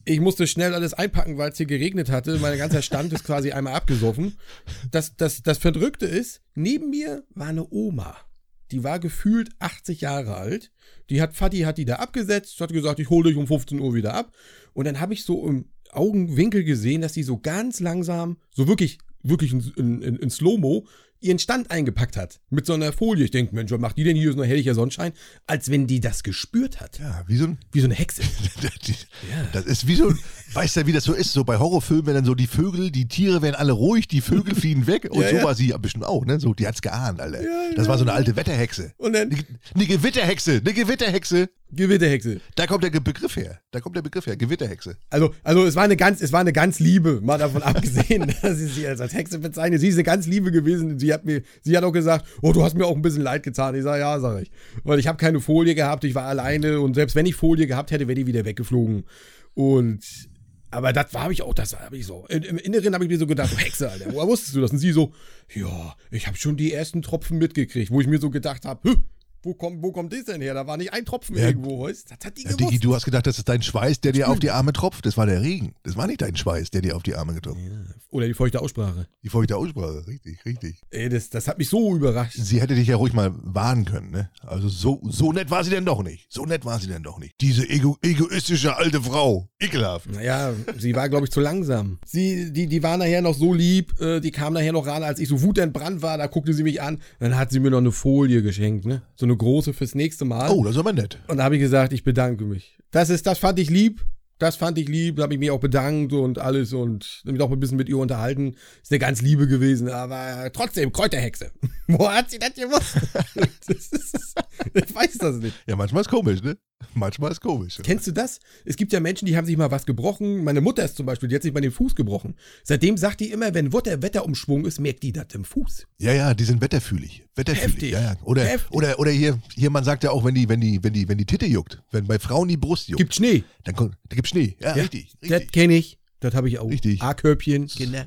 Ich musste schnell alles einpacken, weil es hier geregnet hatte. Mein ganzer Stand ist quasi einmal abgesoffen. Das Verdrückte ist, neben mir war eine Oma. Die war gefühlt 80 Jahre alt. Vati hat die da abgesetzt, hat gesagt, ich hole dich um 15 Uhr wieder ab. Und dann habe ich so im Augenwinkel gesehen, dass die so ganz langsam, so wirklich in Slow-Mo, ihren Stand eingepackt hat. Mit so einer Folie. Ich denke, Mensch, was macht die denn hier? Ist noch herrlicher Sonnenschein. Als wenn die das gespürt hat. Ja, wie so eine Hexe. Das ist wie so ein, weißt du, wie das so ist, so bei Horrorfilmen, wenn dann so die Vögel, die Tiere werden alle ruhig, die Vögel fliegen weg und so war sie bestimmt auch, ne? So, die hat's geahnt, Alter. Das war so eine alte Wetterhexe. Und dann eine Gewitterhexe. Gewitterhexe. Da kommt der Begriff her. Gewitterhexe. Also es war eine ganz Liebe, mal davon abgesehen, dass ich sie als Hexe bezeichne. Sie ist eine ganz Liebe gewesen. Sie hat auch gesagt, oh, du hast mir auch ein bisschen leid getan. Ich sage, ja, sag ich. Weil ich habe keine Folie gehabt, ich war alleine und selbst wenn ich Folie gehabt hätte, wäre die wieder weggeflogen. Aber das habe ich so. Im Inneren habe ich mir so gedacht, Hexe, Alter, woher wusstest du das? Und sie so, ja, ich habe schon die ersten Tropfen mitgekriegt, wo ich mir so gedacht habe, wo kommt das denn her? Da war nicht ein Tropfen irgendwo, weißt du? Das hat die gewusst. Digi, du hast gedacht, das ist dein Schweiß, der dir auf die Arme tropft. Das war der Regen. Das war nicht dein Schweiß, der dir auf die Arme getropft. Ja. Oder die feuchte Aussprache. Richtig. Ey, das hat mich so überrascht. Sie hätte dich ja ruhig mal warnen können, ne? Also so nett war sie denn doch nicht. Diese egoistische alte Frau. Ekelhaft. Naja, sie war, glaube ich, zu langsam. Die war nachher noch so lieb, die kam nachher noch ran, als ich so wutentbrannt war, da guckte sie mich an, dann hat sie mir noch eine Folie geschenkt, ne? So eine große fürs nächste Mal. Oh, das ist aber nett. Und da habe ich gesagt, ich bedanke mich. Das fand ich lieb. Da habe ich mich auch bedankt und alles und mich auch ein bisschen mit ihr unterhalten. Ist eine ganz Liebe gewesen, aber trotzdem, Kräuterhexe. Wo hat sie das gewusst? Ich weiß das nicht. Ja, manchmal ist komisch, ne? Kennst du das? Es gibt ja Menschen, die haben sich mal was gebrochen. Meine Mutter ist zum Beispiel, die hat sich mal den Fuß gebrochen. Seitdem sagt die immer, wenn Wetterumschwung ist, merkt die das im Fuß. Ja, die sind wetterfühlig. Heftig. Ja. Oder hier, man sagt ja auch, wenn die Titte juckt, wenn bei Frauen die Brust juckt. Gibt Schnee. Da gibt Schnee. Ja, richtig. Das kenne ich. Das habe ich auch. Richtig. A-Körbchen, Kinder.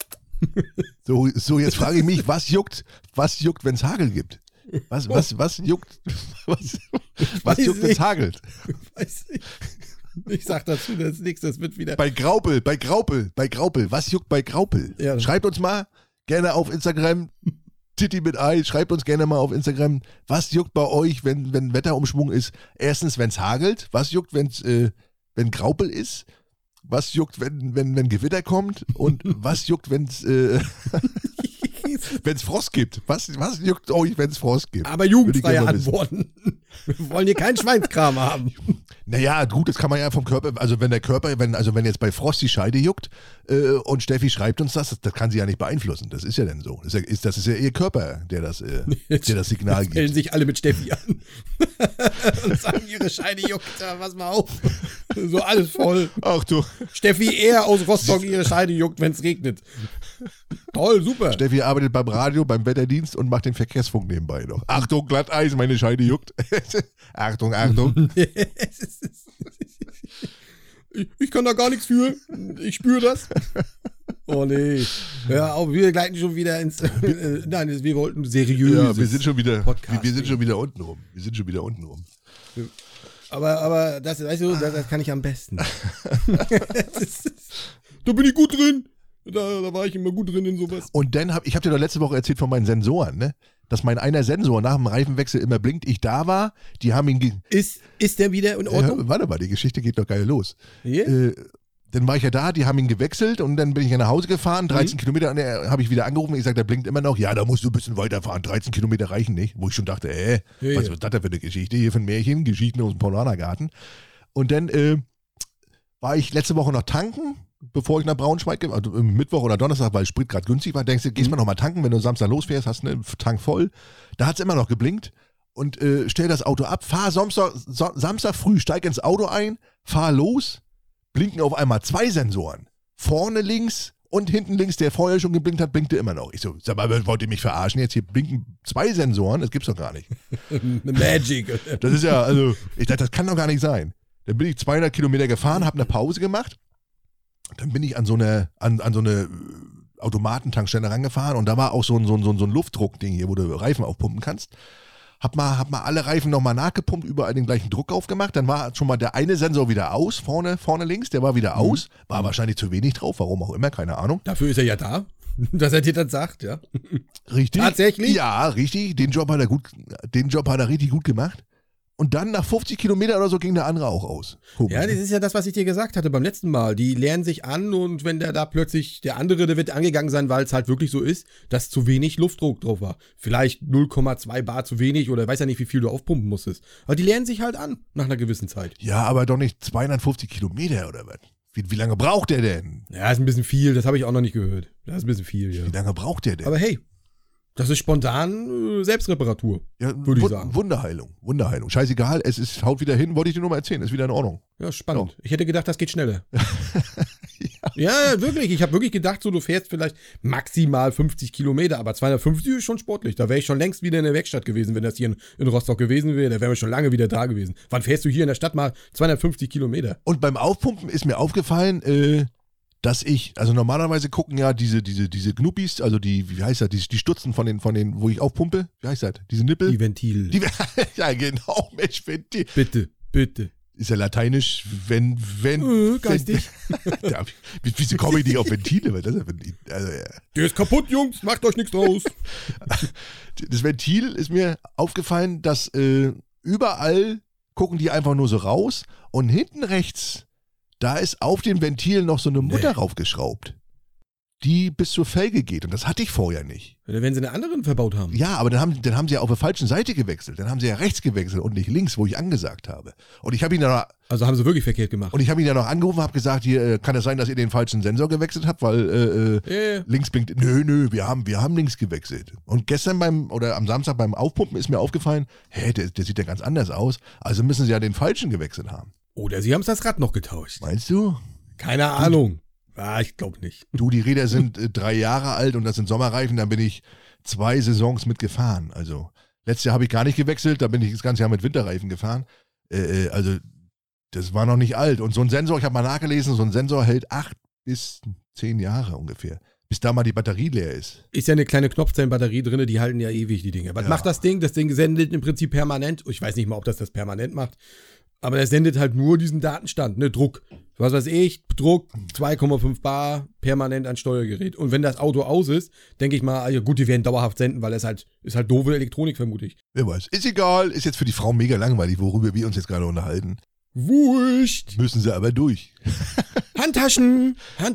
So, jetzt frage ich mich, was juckt, wenn es Hagel gibt? Was juckt, was juckt, wenn es hagelt? Weiß ich. Ich sag dazu, das ist nichts, das wird wieder. Bei Graupel. Was juckt bei Graupel? Ja. Schreibt uns mal gerne auf Instagram, Titi mit Ei, schreibt uns gerne mal auf Instagram, was juckt bei euch, wenn Wetterumschwung ist? Erstens, wenn es hagelt. Was juckt, wenn Graupel ist? Was juckt, wenn Gewitter kommt? Und was juckt, wenn es Frost gibt? Was juckt euch, wenn es Frost gibt? Aber jugendfreie Antworten. Wir wollen hier keinen Schweinskram haben. Naja, gut, das kann man ja vom Körper, also wenn jetzt bei Frost die Scheide juckt und Steffi schreibt uns das kann sie ja nicht beeinflussen. Das ist ja dann so. Das ist ja ihr Körper, der das Signal gibt. Stellen sich alle mit Steffi an und sagen, ihre Scheide juckt, pass mal auf. So alles voll. Ach du. Steffi eher aus Rostock, ihre Scheide juckt, wenn es regnet. Toll, super. Steffi arbeitet beim Radio, beim Wetterdienst und macht den Verkehrsfunk nebenbei noch. Achtung, Glatteis, meine Scheide juckt. Achtung. Ich kann da gar nichts für. Ich spüre das. Oh nee. Ja, auch wir gleiten schon wieder ins. Nein, wir wollten seriös. Ja, wir sind schon wieder unten rum. Aber das, weißt du, das kann ich am besten. Da bin ich gut drin. Da war ich immer gut drin in sowas. Und dann ich habe dir doch letzte Woche erzählt von meinen Sensoren, ne? Dass mein einer Sensor nach dem Reifenwechsel immer blinkt. Ich da war, die haben ihn... Ist der wieder in Ordnung? Warte mal, die Geschichte geht doch geil los. Yeah. Dann war ich ja da, die haben ihn gewechselt und dann bin ich nach Hause gefahren, 13 Kilometer, und habe ich wieder angerufen. Ich sage, der blinkt immer noch. Ja, da musst du ein bisschen weiterfahren, 13 Kilometer reichen nicht. Wo ich schon dachte, was ist das denn für eine Geschichte hier für ein Märchen? Geschichten aus dem Paulanergarten. Und dann war ich letzte Woche noch tanken, bevor ich nach Braunschweig, also Mittwoch oder Donnerstag, weil Sprit gerade günstig war, denkst du, gehst mal noch mal tanken, wenn du Samstag losfährst, hast einen Tank voll. Da hat es immer noch geblinkt und stell das Auto ab, fahr Samstag früh, steig ins Auto ein, fahr los, blinken auf einmal 2 Sensoren. Vorne links und hinten links, der vorher schon geblinkt hat, blinkte immer noch. Ich so, sag mal, wollt ihr mich verarschen? Jetzt hier blinken 2 Sensoren, das gibt's doch gar nicht. Magic. Das ist ja, also, ich dachte, das kann doch gar nicht sein. Dann bin ich 200 Kilometer gefahren, habe eine Pause gemacht. Dann bin ich an so eine Automatentankstelle rangefahren und da war auch so ein Luftdruckding hier, wo du Reifen aufpumpen kannst. hab mal alle Reifen nochmal nachgepumpt, überall den gleichen Druck aufgemacht. Dann war schon mal der eine Sensor wieder aus, vorne links, der war wieder aus. War wahrscheinlich zu wenig drauf, warum auch immer, keine Ahnung. Dafür ist er ja da, dass er dir das sagt, ja. Richtig? Tatsächlich? Ja, richtig. Den Job hat er richtig gut gemacht. Und dann nach 50 Kilometern oder so ging der andere auch aus. Komisch, Ja, das ist ja das, was ich dir gesagt hatte beim letzten Mal. Die lernen sich an und wenn der da plötzlich, der wird angegangen sein, weil es halt wirklich so ist, dass zu wenig Luftdruck drauf war. Vielleicht 0,2 Bar zu wenig oder weiß ja nicht, wie viel du aufpumpen musstest. Aber die lernen sich halt an nach einer gewissen Zeit. Ja, aber doch nicht 250 Kilometer oder was? Wie lange braucht der denn? Ja, ist ein bisschen viel, das habe ich auch noch nicht gehört. Das ist ein bisschen viel, ja. Wie lange braucht der denn? Aber hey, das ist spontan Selbstreparatur, ja, würde ich sagen. Wunderheilung. Scheißegal, haut wieder hin, wollte ich dir nur mal erzählen, ist wieder in Ordnung. Ja, spannend. Ja. Ich hätte gedacht, das geht schneller. Ja, wirklich. Ich habe wirklich gedacht, so du fährst vielleicht maximal 50 Kilometer, aber 250 ist schon sportlich. Da wäre ich schon längst wieder in der Werkstatt gewesen, wenn das hier in Rostock gewesen wäre. Da wären wir schon lange wieder da gewesen. Wann fährst du hier in der Stadt mal 250 Kilometer? Und beim Aufpumpen ist mir aufgefallen, dass also normalerweise gucken ja diese Knuppis, also wie heißt das, die Stutzen von den, wo ich aufpumpe, wie heißt das, diese Nippel? Die Ventil. Ja, genau, Mensch, Ventil. Bitte. Ist ja lateinisch, wenn. Geistig. Ja, wieso komme ich nicht auf Ventile? Weil das ist ja Ventil. Also, ja. Der ist kaputt, Jungs, macht euch nichts draus. Das Ventil ist mir aufgefallen, dass überall gucken die einfach nur so raus und hinten rechts, da ist auf dem Ventil noch so eine Mutter raufgeschraubt, die bis zur Felge geht. Und das hatte ich vorher nicht. Oder wenn sie eine anderen verbaut haben. Ja, aber dann haben sie ja auf der falschen Seite gewechselt. Dann haben sie ja rechts gewechselt und nicht links, wo ich angesagt habe. Und ich habe ihn dann Also haben sie wirklich verkehrt gemacht. Und ich habe ihn ja noch angerufen und habe gesagt, hier, kann es sein, dass ihr den falschen Sensor gewechselt habt, weil links blinkt. Nö, wir haben links gewechselt. Und gestern am Samstag beim Aufpumpen ist mir aufgefallen, der sieht ja ganz anders aus. Also müssen sie ja den falschen gewechselt haben. Oder sie haben das Rad noch getauscht. Meinst du? Keine Ahnung. Ich glaube nicht. Du, die Räder sind 3 Jahre alt und das sind Sommerreifen, da bin ich 2 Saisons mitgefahren. Also letztes Jahr habe ich gar nicht gewechselt, da bin ich das ganze Jahr mit Winterreifen gefahren. Also das war noch nicht alt. Und so ein Sensor, ich habe mal nachgelesen, so ein Sensor hält 8 bis 10 Jahre ungefähr, bis da mal die Batterie leer ist. Ist ja eine kleine Knopfzellenbatterie drin, die halten ja ewig, die Dinge. Was macht das Ding? Das Ding sendet im Prinzip permanent. Ich weiß nicht mal, ob das permanent macht. Aber der sendet halt nur diesen Datenstand, ne, Druck. Was weiß ich, Druck 2,5 Bar permanent an Steuergerät. Und wenn das Auto aus ist, denke ich mal, ja gut, die werden dauerhaft senden, weil ist halt doofe Elektronik, vermute ich. Wer weiß. Ist egal, ist jetzt für die Frau mega langweilig, worüber wir uns jetzt gerade unterhalten. Wurscht. Müssen sie aber durch. Handtaschen.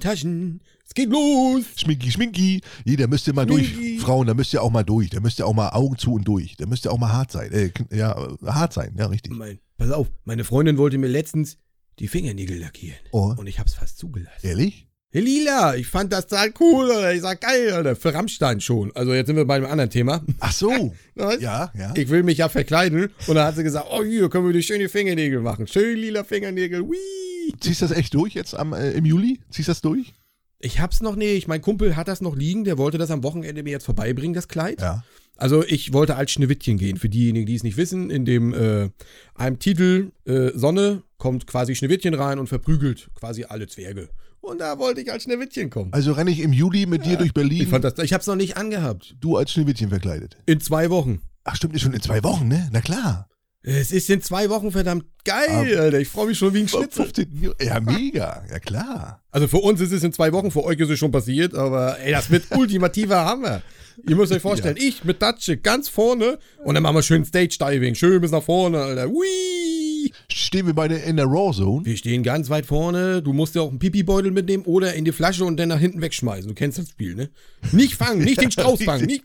Es geht los. Schminki. Da müsst ihr mal durch. Frauen, da müsst ihr auch mal durch. Da müsst ihr auch mal Augen zu und durch. Da müsst ihr auch mal hart sein. Hart sein, ja, richtig. Pass auf, meine Freundin wollte mir letztens die Fingernägel lackieren. Oh. Und ich hab's fast zugelassen. Ehrlich? Hey Lila, ich fand das total cool, Alter. Ich sag, geil, Alter. Für Rammstein schon. Also jetzt sind wir bei einem anderen Thema. Ach so. Ja. Ich will mich ja verkleiden. Und dann hat sie gesagt, oh, hier können wir die schöne Fingernägel machen. Schön lila Fingernägel. Whee. Ziehst du das echt durch jetzt im Juli? Ziehst du das durch? Ich hab's noch nicht. Mein Kumpel hat das noch liegen. Der wollte das am Wochenende mir jetzt vorbeibringen, das Kleid. Ja. Also ich wollte als Schneewittchen gehen. Für diejenigen, die es nicht wissen, in dem einem Titel Sonne kommt quasi Schneewittchen rein und verprügelt quasi alle Zwerge. Und da wollte ich als Schneewittchen kommen. Also renne ich im Juli mit dir durch Berlin. Ich hab's noch nicht angehabt. Du als Schneewittchen verkleidet. In 2 Wochen. Ach stimmt, ist schon in 2 Wochen, ne? Na klar. Es ist in 2 Wochen verdammt geil, Alter. Ich freue mich schon wie ein Schnitzel. Ja, mega. Ja, klar. Also für uns ist es in 2 Wochen, für euch ist es schon passiert, aber ey, das wird ultimativer Hammer. Ihr müsst euch vorstellen, ich mit Datsche ganz vorne und dann machen wir schön Stage-Diving, schön bis nach vorne, Alter. Whee! Stehen wir beide in der Raw-Zone? Wir stehen ganz weit vorne, du musst ja auch einen Pipi-Beutel mitnehmen oder in die Flasche und dann nach hinten wegschmeißen. Du kennst das Spiel, ne? Nicht fangen, nicht den Strauß fangen, nicht.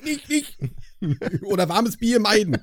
Oder warmes Bier meiden.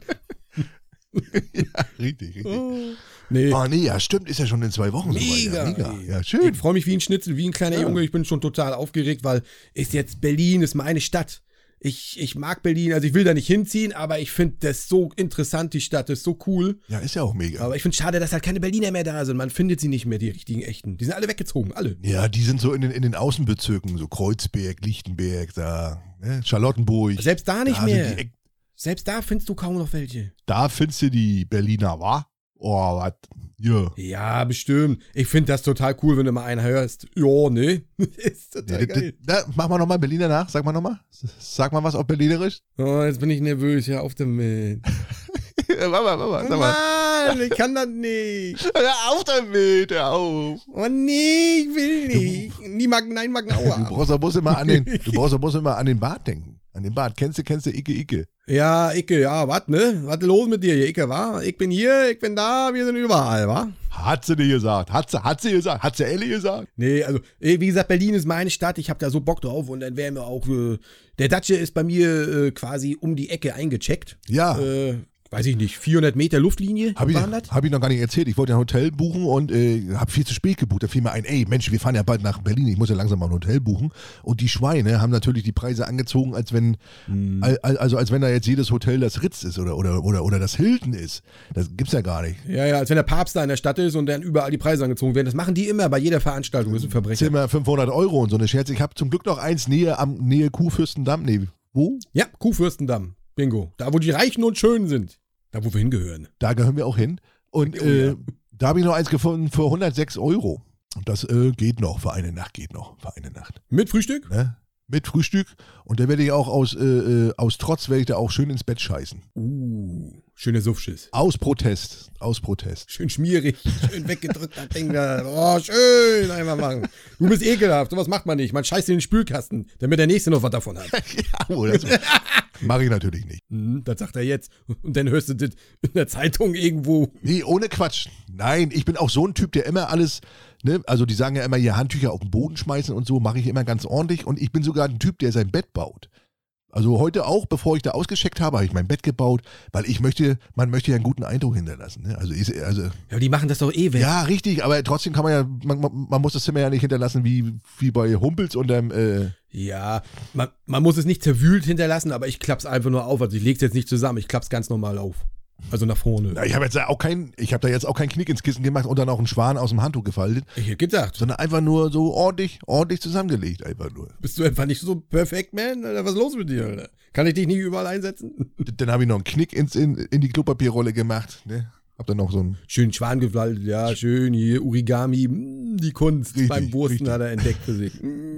Ja, richtig. Nee. Oh nee, ja, stimmt, ist ja schon in 2 Wochen mega, so weit. Ja, schön. Ich freue mich wie ein Schnitzel, wie ein kleiner Junge. Ich bin schon total aufgeregt, weil ist jetzt Berlin, ist meine Stadt. Ich mag Berlin, also ich will da nicht hinziehen, aber ich finde das so interessant, die Stadt ist so cool. Ja, ist ja auch mega. Aber ich finde es schade, dass halt keine Berliner mehr da sind. Man findet sie nicht mehr, die richtigen Echten. Die sind alle weggezogen, alle. Ja, die sind so in den Außenbezirken, so Kreuzberg, Lichtenberg, da, ne? Charlottenburg. Selbst da nicht mehr. Selbst da findest du kaum noch welche. Da findest du die Berliner, wa? Oh, was? Ja. Ja, bestimmt. Ich finde das total cool, wenn du mal einen hörst. Ja, ne? Ist total geil. Mach mal nochmal Berliner nach. Sag mal nochmal. Sag mal was auf Berlinerisch. Oh, jetzt bin ich nervös. Ja, auf damit. Mama, sag mal. Mann, ich kann das nicht. Hör auf damit, hör auf. Oh nee, ich will nicht. Nein, Du Aua. brauchst doch bloß immer an den Bart denken. An den Bart. Kennst du Icke? Ja, Icke, ja, was, ne? Was ist los mit dir hier, Icke, wa? Ich bin hier, ich bin da, wir sind überall, wa? Hat sie dir gesagt. Hat sie gesagt. Hat sie ehrlich gesagt. Nee, also, wie gesagt, Berlin ist meine Stadt, ich hab da so Bock drauf und dann wären wir auch, der Datsche ist bei mir quasi um die Ecke eingecheckt. Ja. Weiß ich nicht, 400 Meter Luftlinie Hab waren ich noch gar nicht erzählt. Ich wollte ein Hotel buchen und habe viel zu spät gebucht. Da fiel mir ein, ey Mensch, wir fahren ja bald nach Berlin, ich muss ja langsam mal ein Hotel buchen. Und die Schweine haben natürlich die Preise angezogen, als wenn als wenn da jetzt jedes Hotel das Ritz ist oder das Hilton ist. Das gibt's ja gar nicht. Ja, als wenn der Papst da in der Stadt ist und dann überall die Preise angezogen werden. Das machen die immer bei jeder Veranstaltung, das ist ein Verbrechen. Zimmer 500 € und so eine Scherz. Ich habe zum Glück noch eins Nähe Kurfürstendamm. Nee, wo? Ja, Kurfürstendamm, Bingo. Da, wo die Reichen und Schönen sind. Da, wo wir hingehören. Da gehören wir auch hin. Und da habe ich noch eins gefunden für 106 €. Und das geht noch für eine Nacht, Mit Frühstück? Ne? Mit Frühstück. Und da werde ich auch aus Trotz werde ich da auch schön ins Bett scheißen. Schöner Suffschiss. Aus Protest. Schön schmierig, schön weggedrückt, das Ding da. Oh, schön, einfach machen. Du bist ekelhaft, sowas macht man nicht. Man scheißt in den Spülkasten, damit der Nächste noch was davon hat. Ja, oder so. Mache ich natürlich nicht. Das sagt er jetzt. Und dann hörst du das in der Zeitung irgendwo. Nee, ohne Quatsch. Nein, ich bin auch so ein Typ, der immer alles, ne, also die sagen ja immer hier Handtücher auf den Boden schmeißen und so, mache ich immer ganz ordentlich. Und ich bin sogar ein Typ, der sein Bett baut. Also heute auch, bevor ich da ausgecheckt habe ich mein Bett gebaut, weil man möchte ja einen guten Eindruck hinterlassen. Ne? Ja, aber die machen das doch eh weg. Ja, richtig, aber trotzdem kann man ja, man muss das Zimmer ja nicht hinterlassen wie bei Humpels und Ja, man muss es nicht zerwühlt hinterlassen, aber ich klapp's einfach nur auf. Also ich leg's jetzt nicht zusammen, ich klapp's ganz normal auf. Also nach vorne. Na, ich habe da jetzt auch keinen Knick ins Kissen gemacht und dann auch einen Schwan aus dem Handtuch gefaltet. Ich hätte gedacht. Sondern einfach nur so ordentlich zusammengelegt, einfach nur. Bist du einfach nicht so perfekt, man? Alter, was ist los mit dir, Alter? Kann ich dich nicht überall einsetzen? Dann habe ich noch einen Knick in die Klopapierrolle gemacht, ne? Hab dann noch so einen schön Schwan gefaltet, ja, schön hier Origami, die Kunst richtig, beim Wursten richtig. Hat er entdeckt für sich.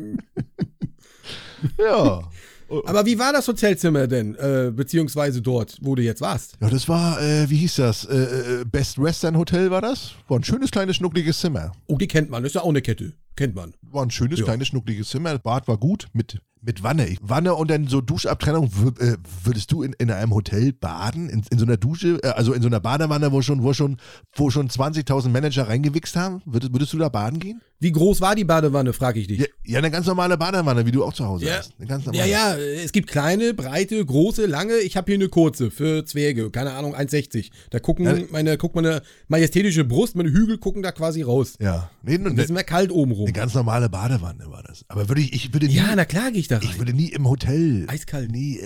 Ja. Aber wie war das Hotelzimmer denn, beziehungsweise dort, wo du jetzt warst? Ja, das war, wie hieß das? Best Western Hotel war das? War ein schönes, kleines, schnuckliges Zimmer. Oh, die kennt man, das ist ja auch eine Kette. Kennt man. War ein schönes, kleines, schnuckliges Zimmer. Das Bad war gut, mit Wanne. Wanne und dann so Duschabtrennung. Würdest du in einem Hotel baden? In so einer Dusche? Also in so einer Badewanne, wo schon 20.000 Manager reingewichst haben? Würdest du da baden gehen? Wie groß war die Badewanne, frage ich dich. Ja, eine ganz normale Badewanne, wie du auch zu Hause hast. Eine ganz normale. Ja, es gibt kleine, breite, große, lange. Ich habe hier eine kurze für Zwerge, keine Ahnung, 1,60. Da guckt meine majestätische Brust, meine Hügel gucken da quasi raus. Ja. Nee, das ist mehr kalt oben rum. Eine ganz normale Badewanne war das. Aber ich würde nie. Ja, na klar gehe ich da rein. Ich würde nie im Hotel. Eiskalt. Nie,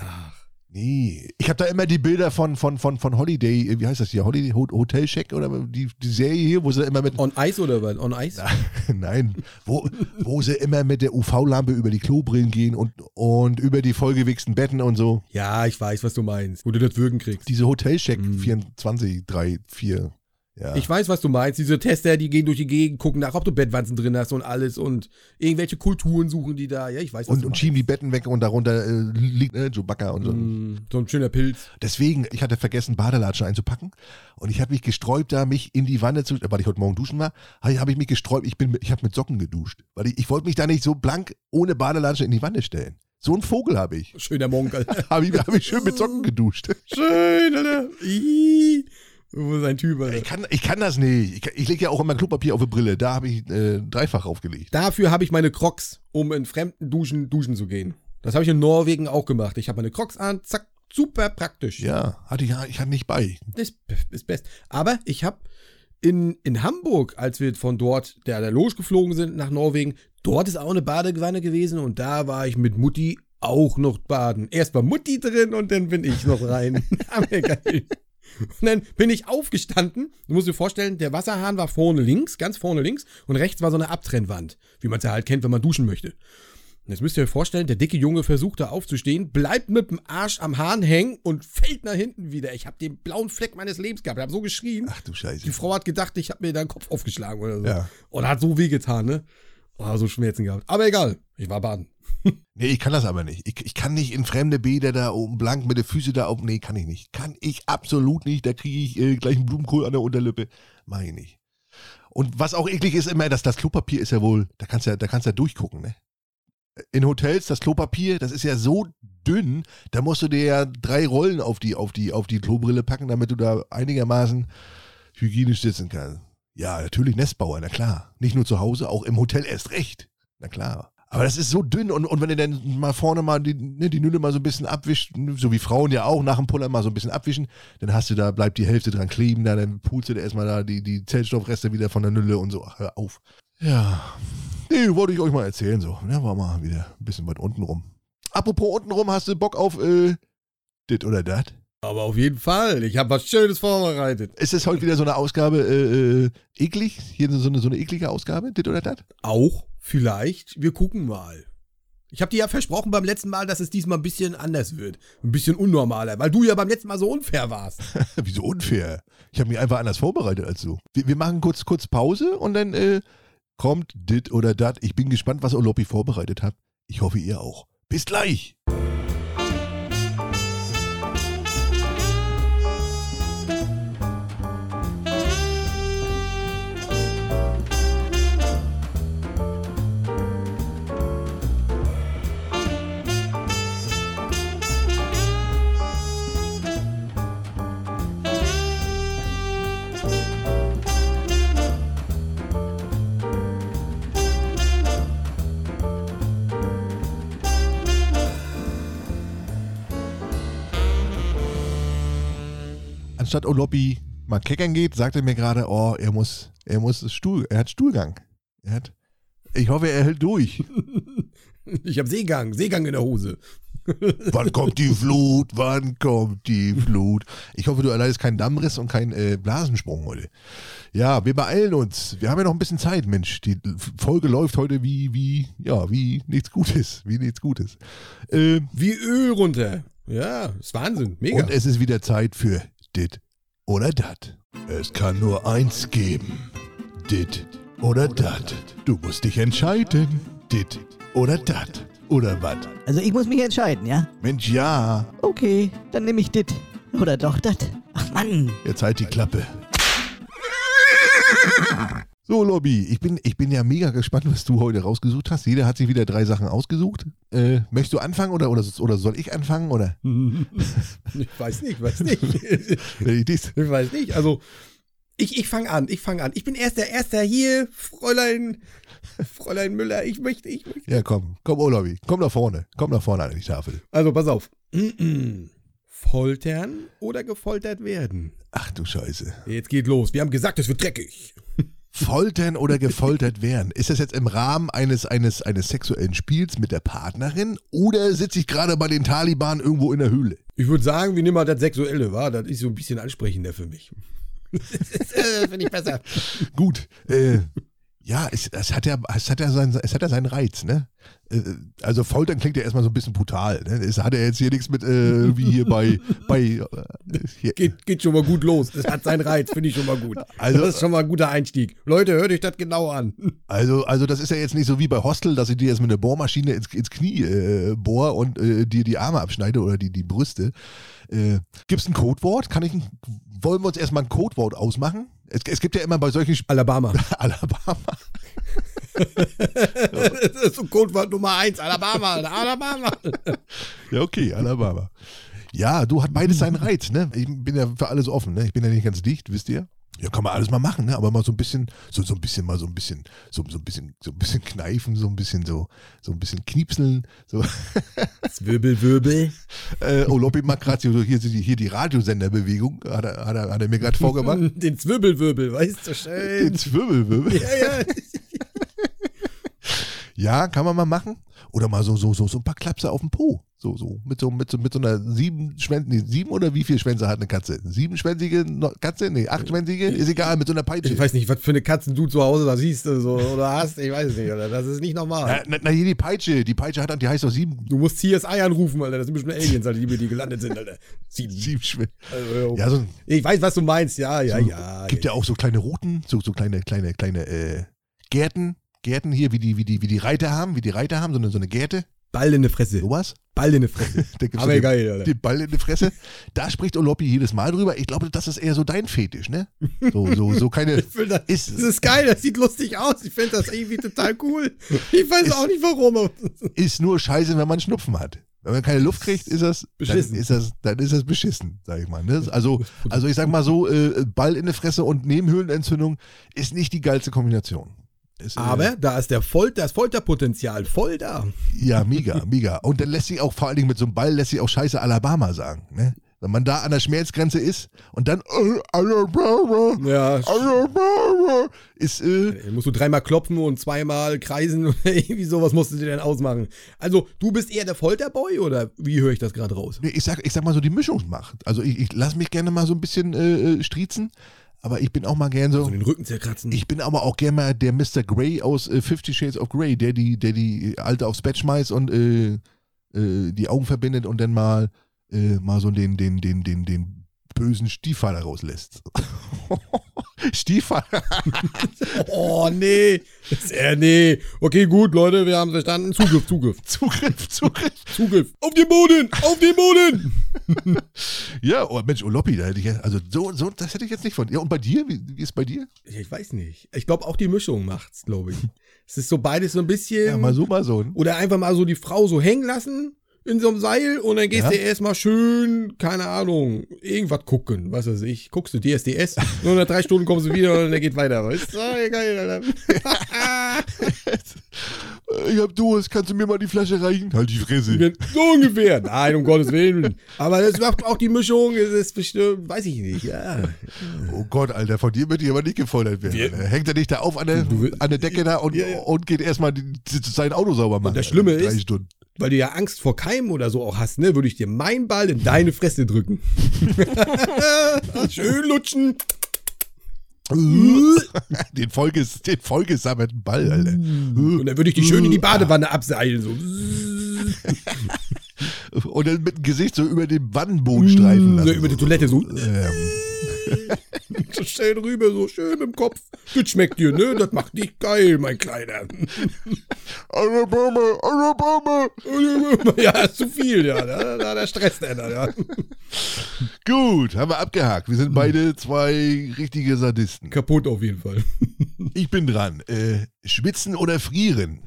Nee. Ich habe da immer die Bilder von Holiday, wie heißt das hier? Hotel Check oder die Serie hier, wo sie immer mit. On Ice oder was? On Ice? Nein. Wo sie immer mit der UV-Lampe über die Klobrillen gehen und über die vollgewichsten Betten und so. Ja, ich weiß, was du meinst. Wo du das Würgen kriegst. Diese Hotel Check 24, 3, 4. Ja. Ich weiß, was du meinst. Diese Tester, die gehen durch die Gegend, gucken nach, ob du Bettwanzen drin hast und alles und irgendwelche Kulturen suchen die da. Ja, ich weiß, was du meinst. Und schieben die Betten weg und darunter liegt Chewbacca und so. So ein schöner Pilz. Deswegen, ich hatte vergessen, Badelatschen einzupacken und ich habe mich gesträubt, da mich in die Wanne zu, weil ich heute Morgen duschen war, habe ich mich gesträubt, ich habe mit Socken geduscht. Weil ich wollte mich da nicht so blank ohne Badelatsche in die Wanne stellen. So einen Vogel habe ich. Schöner Monk, Alter. Hab ich schön mit Socken geduscht. Schön, Alter. Wo ist ein Typ, Alter? Ich kann das nicht. Ich lege ja auch immer Klopapier auf die Brille. Da habe ich dreifach aufgelegt. Dafür habe ich meine Crocs, um in fremden duschen zu gehen. Das habe ich in Norwegen auch gemacht. Ich habe meine Crocs an, zack, super praktisch. Ja, ich hatte nicht bei. Das ist best. Aber ich habe in Hamburg, als wir von dort der Loge geflogen sind nach Norwegen, dort ist auch eine Badewanne gewesen und da war ich mit Mutti auch noch baden. Erst war Mutti drin und dann bin ich noch rein. Aber geil. Und dann bin ich aufgestanden. Du musst dir vorstellen, der Wasserhahn war vorne links, ganz vorne links. Und rechts war so eine Abtrennwand, wie man es ja halt kennt, wenn man duschen möchte. Und jetzt müsst ihr euch vorstellen, der dicke Junge versucht da aufzustehen, bleibt mit dem Arsch am Hahn hängen und fällt nach hinten wieder. Ich habe den blauen Fleck meines Lebens gehabt. Ich habe so geschrien. Ach du Scheiße. Die Frau hat gedacht, ich habe mir da den Kopf aufgeschlagen oder so. Ja. Und hat so wehgetan, ne? Oh, so Schmerzen gehabt. Aber egal, ich war baden. Nee, ich kann das aber nicht. Ich kann nicht in fremde Bäder da oben blank mit den Füßen da oben. Nee, kann ich nicht. Kann ich absolut nicht. Da kriege ich gleich einen Blumenkohl an der Unterlippe. Mach ich nicht. Und was auch eklig ist immer, dass das Klopapier ist ja wohl, da kannst du ja durchgucken, ne? In Hotels, das Klopapier, das ist ja so dünn, da musst du dir ja 3 Rollen auf die Klobrille packen, damit du da einigermaßen hygienisch sitzen kannst. Ja, natürlich Nestbauer, na klar. Nicht nur zu Hause, auch im Hotel erst recht. Na klar. Aber das ist so dünn und wenn du dann mal vorne mal die Nülle mal so ein bisschen abwischt, so wie Frauen ja auch nach dem Pullern mal so ein bisschen abwischen, dann hast du da, bleibt die Hälfte dran kleben, dann pulst du da erstmal da die Zellstoffreste wieder von der Nülle und so. Ach, hör auf. Ja, nee, wollte ich euch mal erzählen so. Ja, war mal wieder ein bisschen weit unten rum. Apropos unten rum, hast du Bock auf dit oder dat? Aber auf jeden Fall, ich habe was Schönes vorbereitet. Ist es heute wieder so eine Ausgabe eklig? Hier so eine eklige Ausgabe, dit oder dat? Auch, vielleicht, wir gucken mal. Ich habe dir ja versprochen beim letzten Mal, dass es diesmal ein bisschen anders wird. Ein bisschen unnormaler, weil du ja beim letzten Mal so unfair warst. Wieso unfair? Ich habe mich einfach anders vorbereitet als du. Wir machen kurz Pause und dann kommt dit oder dat. Ich bin gespannt, was Olopi vorbereitet hat. Ich hoffe, ihr auch. Bis gleich! Anstatt Olopi mal keckern geht, sagt er mir gerade, oh, er hat Stuhlgang. Ich hoffe, er hält durch. Ich habe Seegang in der Hose. Wann kommt die Flut? Wann kommt die Flut? Ich hoffe, du erleidest keinen Dammriss und keinen Blasensprung heute. Ja, wir beeilen uns. Wir haben ja noch ein bisschen Zeit, Mensch. Die Folge läuft heute wie nichts Gutes. Wie nichts Gutes. Wie Öl runter. Ja, ist Wahnsinn. Mega. Und es ist wieder Zeit für dit oder dat. Es kann nur eins geben. Dit oder dat. Du musst dich entscheiden. Dit oder dat. Oder was? Also ich muss mich entscheiden, ja? Mensch, ja. Okay, dann nehme ich dit. Oder doch dat. Ach Mann. Jetzt halt die Klappe. So, Lobby, ich bin ja mega gespannt, was du heute rausgesucht hast. Jeder hat sich wieder 3 Sachen ausgesucht. Möchtest du anfangen oder soll ich anfangen? Oder? Ich weiß nicht. Ich weiß nicht. Also, ich fange an. Ich bin erster hier, Fräulein Müller. Ich möchte. Ja, komm, Lobby. Komm nach vorne an die Tafel. Also, pass auf. Foltern oder gefoltert werden? Ach du Scheiße. Jetzt geht los. Wir haben gesagt, es wird dreckig. Foltern oder gefoltert werden? Ist das jetzt im Rahmen eines sexuellen Spiels mit der Partnerin oder sitze ich gerade bei den Taliban irgendwo in der Höhle? Ich würde sagen, wir nehmen mal das Sexuelle, wa? Das ist so ein bisschen ansprechender für mich. Das finde ich besser. Gut. Ja, es hat ja seinen Reiz, ne? Also Foltern klingt ja erstmal so ein bisschen brutal, ne? Es hat ja jetzt hier nichts mit, wie hier bei hier. Geht schon mal gut los. Das hat seinen Reiz, finde ich schon mal gut. Also, das ist schon mal ein guter Einstieg. Leute, hört euch das genau an. Also das ist ja jetzt nicht so wie bei Hostel, dass ich dir jetzt mit einer Bohrmaschine ins Knie bohr und dir die Arme abschneide oder die Brüste. Gibt's ein Codewort? Wollen wir uns erstmal ein Codewort ausmachen? Es gibt ja immer bei solchen Alabama. Alabama. Das ist so Codewort Nummer 1. Alabama. Ja, okay, Alabama. Ja, du, hat beides seinen Reiz, ne? Ich bin ja für alles offen, ne? Ich bin ja nicht ganz dicht, wisst ihr? Ja, kann man alles mal machen, ne? Aber mal so ein bisschen kneifen, so ein bisschen kniepseln, so. Zwirbel. Olopi macht gerade hier die Radiosenderbewegung, hat er mir gerade vorgemacht. Den Zwirbelwirbel, weißt du schön. Den Zwirbelwirbel? Ja. Ja, kann man mal machen. Oder mal so ein paar Klapse auf dem Po. So mit so einer 7 oder wie viele Schwänze hat eine Katze? 7-schwänzige Katze? Nee, 8-schwänzige? Ist egal, mit so einer Peitsche. Ich weiß nicht, was für eine Katzen du zu Hause da siehst oder hast. Ich weiß es nicht, Alter. Das ist nicht normal. Na hier die Peitsche. Die Peitsche die heißt doch 7. Du musst CSI anrufen, Alter. Das sind bestimmt Aliens, Alter, die mit dir gelandet sind, Alter. 7 Schwänze. Also, ja, ich weiß, was du meinst. Ja. Gibt ja auch so kleine Routen, so kleine Gärten hier, wie die Reiter haben, so eine Gärte. Ball in die Fresse. Sowas? Ball in die Fresse. Da gibt's Aber so geil, Alter. den Ball in die Fresse. Da spricht Oloppi jedes Mal drüber. Ich glaube, das ist eher so dein Fetisch, ne? So keine. Das ist geil, das sieht lustig aus. Ich finde das irgendwie total cool. Ich weiß auch nicht warum. Ist nur scheiße, wenn man Schnupfen hat. Wenn man keine Luft kriegt, ist das beschissen. Dann ist das beschissen, sag ich mal. Ne? Also ich sag mal so, Ball in die Fresse und Nebenhöhlenentzündung ist nicht die geilste Kombination. Aber da ist das Folterpotenzial voll da. Ja, mega, mega. Und dann lässt sich auch, vor allen Dingen mit so einem Ball, lässt sich auch scheiße Alabama sagen. Ne? Wenn man da an der Schmerzgrenze ist und dann Alabama, Ja. Alabama ist Musst du 3-mal klopfen und 2-mal kreisen oder irgendwie sowas musst du dir dann ausmachen. Also, du bist eher der Folterboy oder wie höre ich das gerade raus? nee, ich sag mal so die Mischungsmacht. Also ich lass mich gerne mal so ein bisschen striezen, aber ich bin auch mal gern so. Also den Rücken zerkratzen. Ich bin aber auch gerne mal der Mr. Grey aus 50 Shades of Grey, der die Alte aufs Bett schmeißt und die Augen verbindet und dann mal so den bösen Stiefvater rauslässt. Stiefvater. Oh, nee. Nee. Okay, gut, Leute, wir haben verstanden. Zugriff. Zugriff. Auf den Boden. Ja, oh Mensch, Oloppi, da hätte ich also so, das hätte ich jetzt nicht von. Ja, und bei dir? Wie ist bei dir? Ich weiß nicht. Ich glaube, auch die Mischung macht's, glaube ich. Es ist so beides so ein bisschen. Ja, mal so, mal so. Oder einfach mal so die Frau so hängen lassen in so einem Seil und dann gehst Ja. du erstmal schön, keine Ahnung, irgendwas gucken, was weiß ich, guckst du DSDS, nur nach 3 Stunden kommst du wieder und dann geht weiter, weißt du? Oh, geil, Alter. Ich hab Durst, kannst du mir mal die Flasche reichen? Halt die Fresse. So ungefähr. Nein, um Gottes Willen. Aber das macht auch die Mischung, es ist bestimmt, weiß ich nicht, ja. Oh Gott, Alter, von dir möchte ich aber nicht gefordert werden. Wir- Alter. Hängt er nicht da auf an der Decke da und, Ja, ja. und geht erstmal sein Auto sauber machen. das Schlimme Alter, 3 ist- Stunden. Weil du ja Angst vor Keimen oder so auch hast, ne, würde ich dir meinen Ball in deine Fresse drücken. Schön lutschen. den vollgesammelten Ball, Alter. Und dann würde ich dich schön in die Badewanne abseilen. So. Und dann mit dem Gesicht so über den Wannenboden streifen lassen. So über die Toilette so. Ähm, So schön rüber, so schön im Kopf. Das schmeckt dir, ne? Das macht dich geil, mein Kleiner. Alabama. Ja, ist zu viel, ja. Da stresst einer, ja. Gut, haben wir abgehakt. Wir sind beide 2 richtige Sadisten. Kaputt auf jeden Fall. Ich bin dran. Schwitzen oder frieren?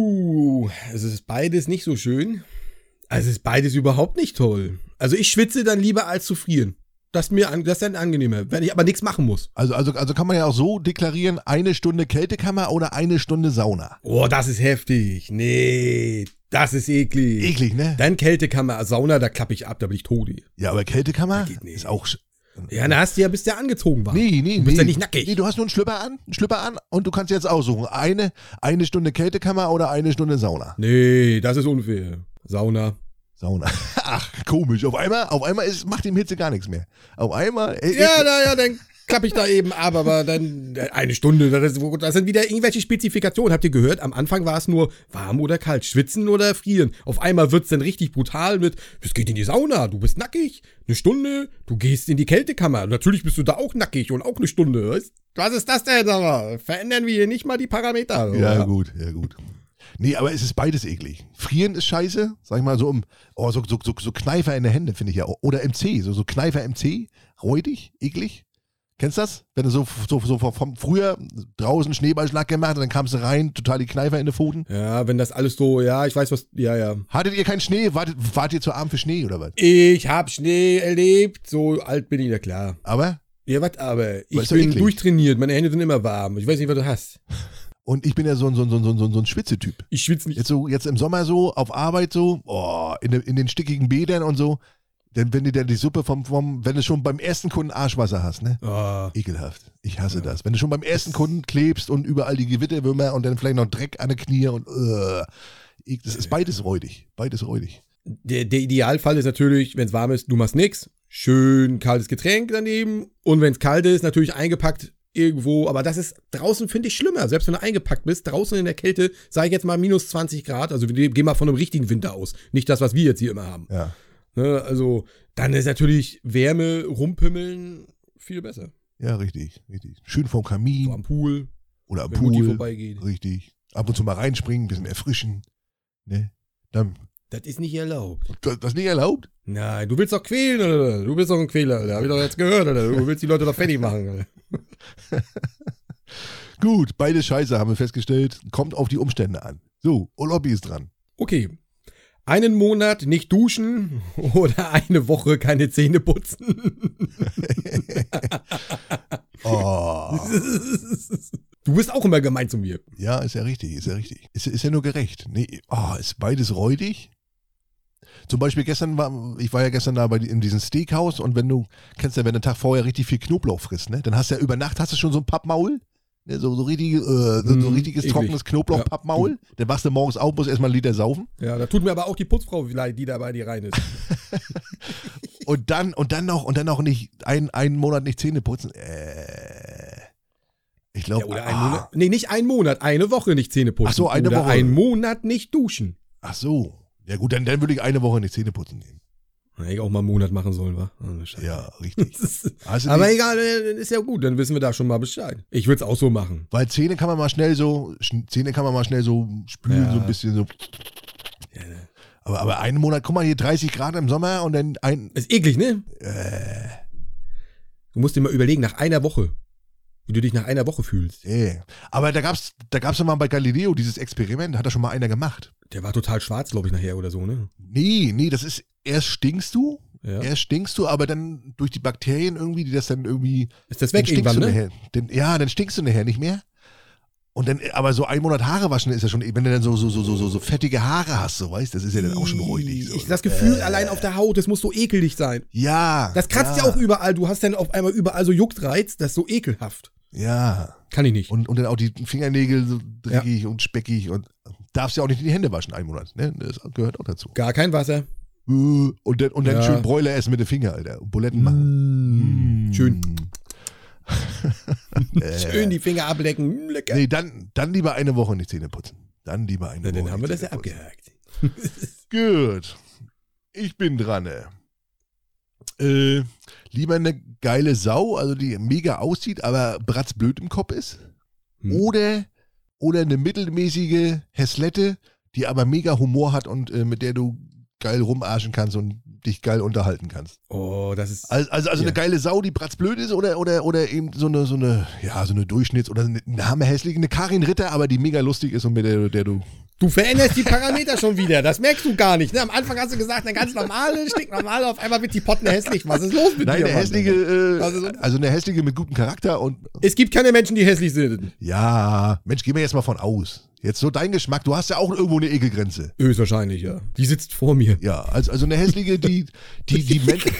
Es ist beides nicht so schön. Also es ist beides überhaupt nicht toll. Also ich schwitze dann lieber als zu frieren. Das ist dann angenehmer, wenn ich aber nichts machen muss. Also kann man ja auch so deklarieren, 1 Stunde Kältekammer oder 1 Stunde Sauna. Oh, das ist heftig. Nee, das ist eklig. Eklig, ne? Dann Kältekammer, Sauna, da klappe ich ab, da bin ich tot. Ja, aber Kältekammer geht nicht. ist auch... Ja, dann hast du ja, bis der angezogen war. Nee. Du bist ja nicht nackig. Nee, du hast nur einen Schlüpper an und du kannst jetzt aussuchen. Eine Stunde Kältekammer oder 1 Stunde Sauna. Nee, das ist unfair. Sauna. Ach, komisch. Auf einmal macht dem Hitze gar nichts mehr. Auf einmal... Ja, dann klappe ich da eben ab, aber dann 1 Stunde, das sind wieder irgendwelche Spezifikationen. Habt ihr gehört? Am Anfang war es nur warm oder kalt, schwitzen oder frieren. Auf einmal wird es dann richtig brutal mit, es geht in die Sauna, du bist nackig, 1 Stunde, du gehst in die Kältekammer. Natürlich bist du da auch nackig und auch 1 Stunde. Weißt? Was ist das denn? Aber verändern wir hier nicht mal die Parameter. Ja, oder? gut. Nee, aber es ist beides eklig. Frieren ist scheiße, sag ich mal, so Kneifer in der Hände, finde ich ja. Oder im Zeh, so Kneifer im Zeh, räudig, eklig. Kennst du das? Wenn du so vom früher draußen Schneeballschlag gemacht und dann kamst du rein, total die Kneifer in den Pfoten. Ja, wenn das alles so, ja, ich weiß was, ja. Hattet ihr keinen Schnee? Wart ihr zu arm für Schnee oder was? Ich hab Schnee erlebt, so alt bin ich ja klar. Aber? Ja, was aber? Ich ist doch bin eklig. durchtrainiert, meine Hände sind immer warm. Ich weiß nicht, was du hast. Und ich bin ja so ein Schwitzetyp. Ich schwitze nicht. Jetzt im Sommer so, auf Arbeit so, in den stickigen Bädern und so. Denn wenn du dann die Suppe wenn du schon beim ersten Kunden Arschwasser hast, ne? Oh. Ekelhaft. Ich hasse das. Wenn du schon beim ersten Kunden klebst und überall die Gewitterwürmer und dann vielleicht noch Dreck an den Knie und das ist beides räudig. Der Idealfall ist natürlich, wenn es warm ist, du machst nix. Schön kaltes Getränk daneben. Und wenn es kalt ist, natürlich eingepackt irgendwo. Aber das ist draußen, finde ich, schlimmer. Selbst wenn du eingepackt bist, draußen in der Kälte, sage ich jetzt mal minus 20 Grad. Also wir gehen mal von einem richtigen Winter aus. Nicht das, was wir jetzt hier immer haben. Ja. Ne, also dann ist natürlich Wärme, rumpimmeln viel besser. Ja, richtig. Schön vom Kamin So am Pool, oder am wenn Mutti Pool. vorbeigeht. Richtig. Ab und zu mal reinspringen, ein bisschen erfrischen. Ne? Dann, Das ist nicht erlaubt. das ist nicht erlaubt? Nein, du willst doch quälen, Alter. Du bist doch ein Quäler, Alter. Hab ich doch jetzt gehört, Alter. Du willst die Leute doch fertig machen, Alter. Gut, beide Scheiße haben wir festgestellt. Kommt auf die Umstände an. So, Oloppi ist dran. Okay. Einen Monat nicht duschen oder eine Woche keine Zähne putzen. Oh. Du bist auch immer gemein zu mir. Ja, ist ja richtig, ist ja richtig. Ist ja nur gerecht. Nee, ist beides räudig. Zum Beispiel ich war ja gestern da in diesem Steakhouse und wenn du einen Tag vorher richtig viel Knoblauch frisst, ne, dann hast du ja über Nacht schon so ein Pappmaul. Ne, so richtiges eklig. trockenes Knoblauch-Pappmaul. Dann wachst du morgens auf, musst erstmal einen Liter saufen. Ja, da tut mir aber auch die Putzfrau leid, die da bei dir rein ist. und dann noch nicht einen Monat nicht Zähne putzen. Ich glaube. Ja, oder einen Monat. Nee, nicht einen Monat, eine Woche nicht Zähne putzen. Ach so, eine oder Woche. einen Monat nicht duschen. Ach so. Ja gut, dann würde ich eine Woche nicht Zähne putzen nehmen. Hätte ich auch mal einen Monat machen sollen, wa? Oh, Scheiße. Ja, richtig. Aber egal, ist ja gut, dann wissen wir da schon mal Bescheid. Ich würde es auch so machen. Weil Zähne kann man mal schnell so spülen, Ja. so ein bisschen so. Ja, ne. Aber einen Monat, guck mal, hier 30 Grad im Sommer und dann Ist eklig, ne? Du musst dir mal überlegen, nach einer Woche, wie du dich nach einer Woche fühlst. Aber da gab's doch mal bei Galileo dieses Experiment, hat da schon mal einer gemacht. Der war total schwarz, glaube ich, nachher oder so, ne? Nee, das ist, erst stinkst du, Ja. aber dann durch die Bakterien irgendwie, die das dann irgendwie. Ist das weg dann stinkst irgendwann, du ne? nachher. Dann stinkst du nachher nicht mehr. Und dann, aber so einen Monat Haare waschen ist ja schon, wenn du dann so fettige Haare hast, so weißt, das ist ja dann auch schon räudig. So. Das Gefühl allein auf der Haut, das muss so ekelig sein. Ja. Das kratzt ja auch überall. Du hast dann auf einmal überall so Juckreiz, das ist so ekelhaft. Ja. Kann ich nicht. Und dann auch die Fingernägel so dreckig und speckig und darfst ja auch nicht die Hände waschen einen Monat, ne? Das gehört auch dazu. Gar kein Wasser. Und dann Ja. schön Bräuler essen mit den Fingern, Alter. Und Buletten machen. Schön. Schön die Finger ablecken. Lecker. Nee, dann lieber eine Woche nicht Zähne putzen. Dann lieber eine Woche. Dann haben wir nicht das ja Zähne putzen. abgehakt. Gut. Ich bin dran. Lieber eine geile Sau, also die mega aussieht, aber bratzblöd im Kopf ist. Oder eine mittelmäßige Häslette, die aber mega Humor hat und mit der du geil rumarschen kannst und dich geil unterhalten kannst. Oh, das ist. Also eine geile Sau, die bratzblöd ist oder eben so eine Durchschnitts- oder eine hammerhässliche, eine Karin Ritter, aber die mega lustig ist und mit der du. Du veränderst die Parameter schon wieder. Das merkst du gar nicht. Ne? Am Anfang hast du gesagt, eine ganz normale, stinknormale, auf einmal wird die Potten hässlich. Was ist los mit Nein, dir? eine Mann? hässliche, also eine hässliche mit gutem Charakter und. Es gibt keine Menschen, die hässlich sind. Ja, Mensch, geh mir jetzt mal von aus. Jetzt so dein Geschmack, du hast ja auch irgendwo eine Ekelgrenze. Höchstwahrscheinlich, ja. Die sitzt vor mir. Ja, also eine hässliche, die Menschen.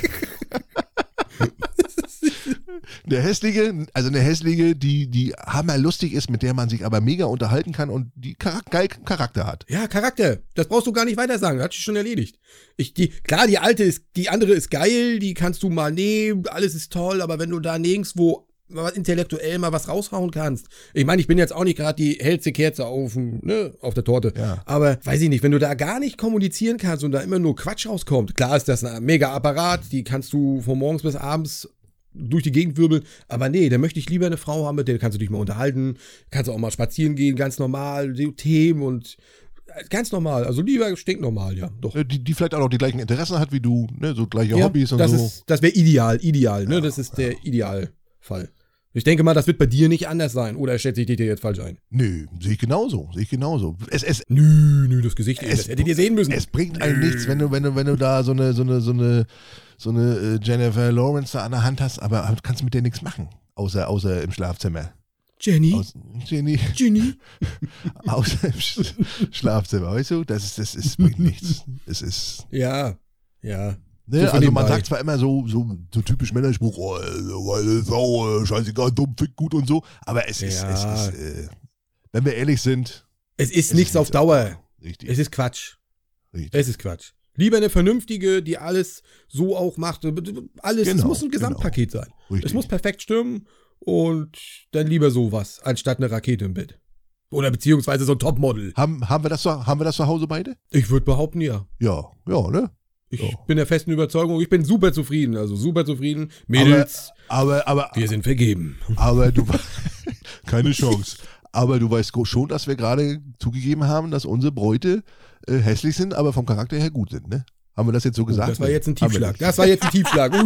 Eine hässliche, die hammerlustig ist, mit der man sich aber mega unterhalten kann und die geil Charakter hat. Ja, Charakter. Das brauchst du gar nicht weiter sagen. Das hat sich schon erledigt. Klar, die andere ist geil, die kannst du mal nehmen, alles ist toll, aber wenn du da nirgendwo intellektuell mal was raushauen kannst. Ich meine, ich bin jetzt auch nicht gerade die hellste Kerze auf der Torte. Ja. Aber weiß ich nicht, wenn du da gar nicht kommunizieren kannst und da immer nur Quatsch rauskommt. Klar ist das ein mega Apparat, die kannst du von morgens bis abends durch die Gegend wirbeln. Aber nee, da möchte ich lieber eine Frau haben, mit der kannst du dich mal unterhalten, kannst auch mal spazieren gehen, ganz normal, Themen und ganz normal. Also lieber stinknormal, ja. Doch. Die vielleicht auch noch die gleichen Interessen hat wie du, ne? So gleiche Hobbys und so. Das wäre ideal, ne? Das ist der Idealfall. Ich denke mal, das wird bei dir nicht anders sein. Oder schätze ich dich dir jetzt falsch ein? Nö, sehe ich genauso. Nö, das Gesicht, das hättet ihr sehen müssen. Es bringt einem nichts, wenn du da so eine Jennifer Lawrence da an der Hand hast, aber du kannst mit der nichts machen, außer im Schlafzimmer. Jenny? Jenny? Außer im Schlafzimmer, weißt du? Das bringt nichts. Es ist. Ja. Ne? So Also man nebenbei. sagt zwar immer so typisch Männerspruch, oh, geile Sau, scheißegal, dumm, fick gut und so, aber es ist, wenn wir ehrlich sind. Es ist nichts auf Dauer. Richtig. Es ist Quatsch. Richtig. Es ist Quatsch. Lieber eine vernünftige, die alles so auch macht. Alles, es Genau, muss ein Gesamtpaket sein. Richtig. Es muss perfekt stimmen und dann lieber sowas, anstatt eine Rakete im Bett. Oder beziehungsweise so ein Topmodel. Haben wir das zu Hause beide? Ich würde behaupten, ja. Ja, ne? Ich bin der festen Überzeugung, ich bin super zufrieden. Also super zufrieden. Mädels, Aber wir sind vergeben. Aber du keine Chance. aber du weißt schon, dass wir gerade zugegeben haben, dass unsere Bräute hässlich sind, aber vom Charakter her gut sind, ne? Haben wir das jetzt so gesagt? Das war jetzt ein Tiefschlag. Ui.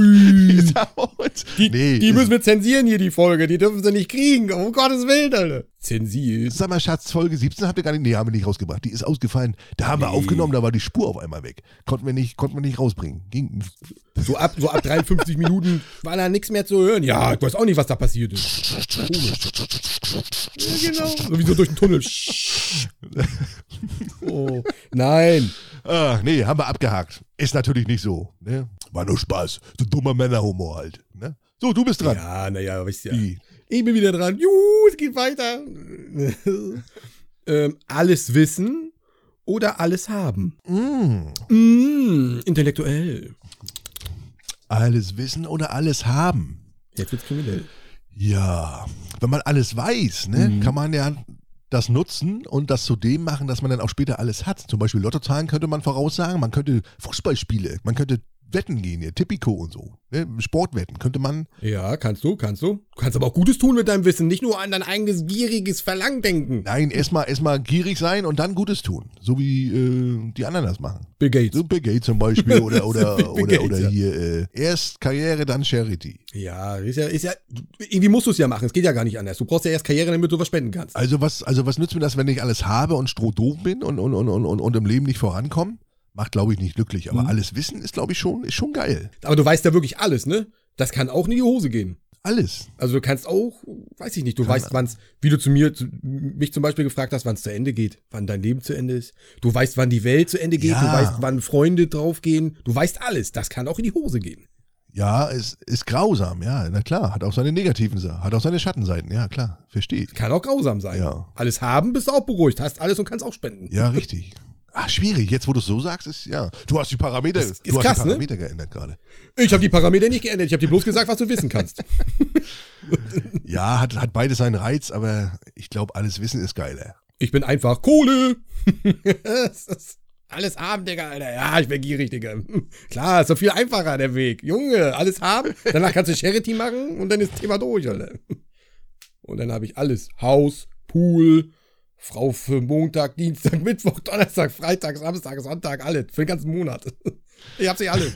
Die müssen wir zensieren hier, die Folge. Die dürfen sie nicht kriegen. Um Gottes Willen, Alter. Zensiert. Sag mal, Schatz, Folge 17 habt ihr gar nicht, haben wir nicht rausgebracht. Die ist ausgefallen. Da haben wir aufgenommen, da war die Spur auf einmal weg. Konnten wir nicht rausbringen. Ging. So ab 53 Minuten war da nichts mehr zu hören. Ja, ich weiß auch nicht, was da passiert ist. Komisch. Ja, genau. Sowieso durch den Tunnel. Oh, nein. Nee, haben wir abgehakt. Ist natürlich nicht so. Ne? War nur Spaß. So dummer Männerhumor halt. Ne? So, du bist dran. Ja, naja, weißt du ja. Ich bin wieder dran. Juhu, es geht weiter. Alles wissen oder alles haben? Intellektuell. Alles wissen oder alles haben? Jetzt wird's kriminell. Ja, wenn man alles weiß, ne, kann man ja das nutzen und das zu dem machen, dass man dann auch später alles hat. Zum Beispiel Lottozahlen könnte man voraussagen, man könnte Fußballspiele, man könnte Wetten gehen, hier, Tipico und so. Ne? Sportwetten könnte man. Ja, kannst du. Du kannst aber auch Gutes tun mit deinem Wissen, nicht nur an dein eigenes gieriges Verlangen denken. Nein, erstmal gierig sein und dann Gutes tun. So wie die anderen das machen. Bill Gates. So Bill Gates zum Beispiel oder Gates, ja. Hier erst Karriere, dann Charity. Ja, ist ja, irgendwie musst du es ja machen, es geht ja gar nicht anders. Du brauchst ja erst Karriere, damit du was spenden kannst. Also was nützt mir das, wenn ich alles habe und strohdoof bin und im Leben nicht vorankomme? Macht, glaube ich, nicht glücklich. Aber alles wissen ist, glaube ich, schon geil. Aber du weißt ja wirklich alles, ne? Das kann auch in die Hose gehen. Alles. Also du kannst auch, weiß ich nicht, du weißt, wann's, wie du mich zum Beispiel gefragt hast, wann es zu Ende geht, wann dein Leben zu Ende ist. Du weißt, wann die Welt zu Ende geht, ja. Du weißt, wann Freunde draufgehen. Du weißt alles. Das kann auch in die Hose gehen. Ja, es ist grausam, ja, na klar. Hat auch seine negativen Seiten, hat auch seine Schattenseiten, ja, klar, verstehe ich. Kann auch grausam sein. Ja. Alles haben, bist du auch beruhigt, hast alles und kannst auch spenden. Ja, richtig. Ach, schwierig. Jetzt, wo du es so sagst, ist, ja. Du hast die Parameter, ist krass, die Parameter geändert gerade. Ich habe die Parameter nicht geändert. Ich habe dir bloß gesagt, was du wissen kannst. Ja, hat beides seinen Reiz, aber ich glaube, alles Wissen ist geiler. Ich bin einfach Kohle. Alles haben, Digga, Alter. Ja, ich bin gierig, Digga. Klar, ist doch viel einfacher, der Weg. Junge, alles haben. Danach kannst du Charity machen und dann ist das Thema durch, Alter. Und dann habe ich alles. Haus, Pool, Frau für Montag, Dienstag, Mittwoch, Donnerstag, Freitag, Samstag, Sonntag, alles. Für den ganzen Monat. Ich hab sie alle.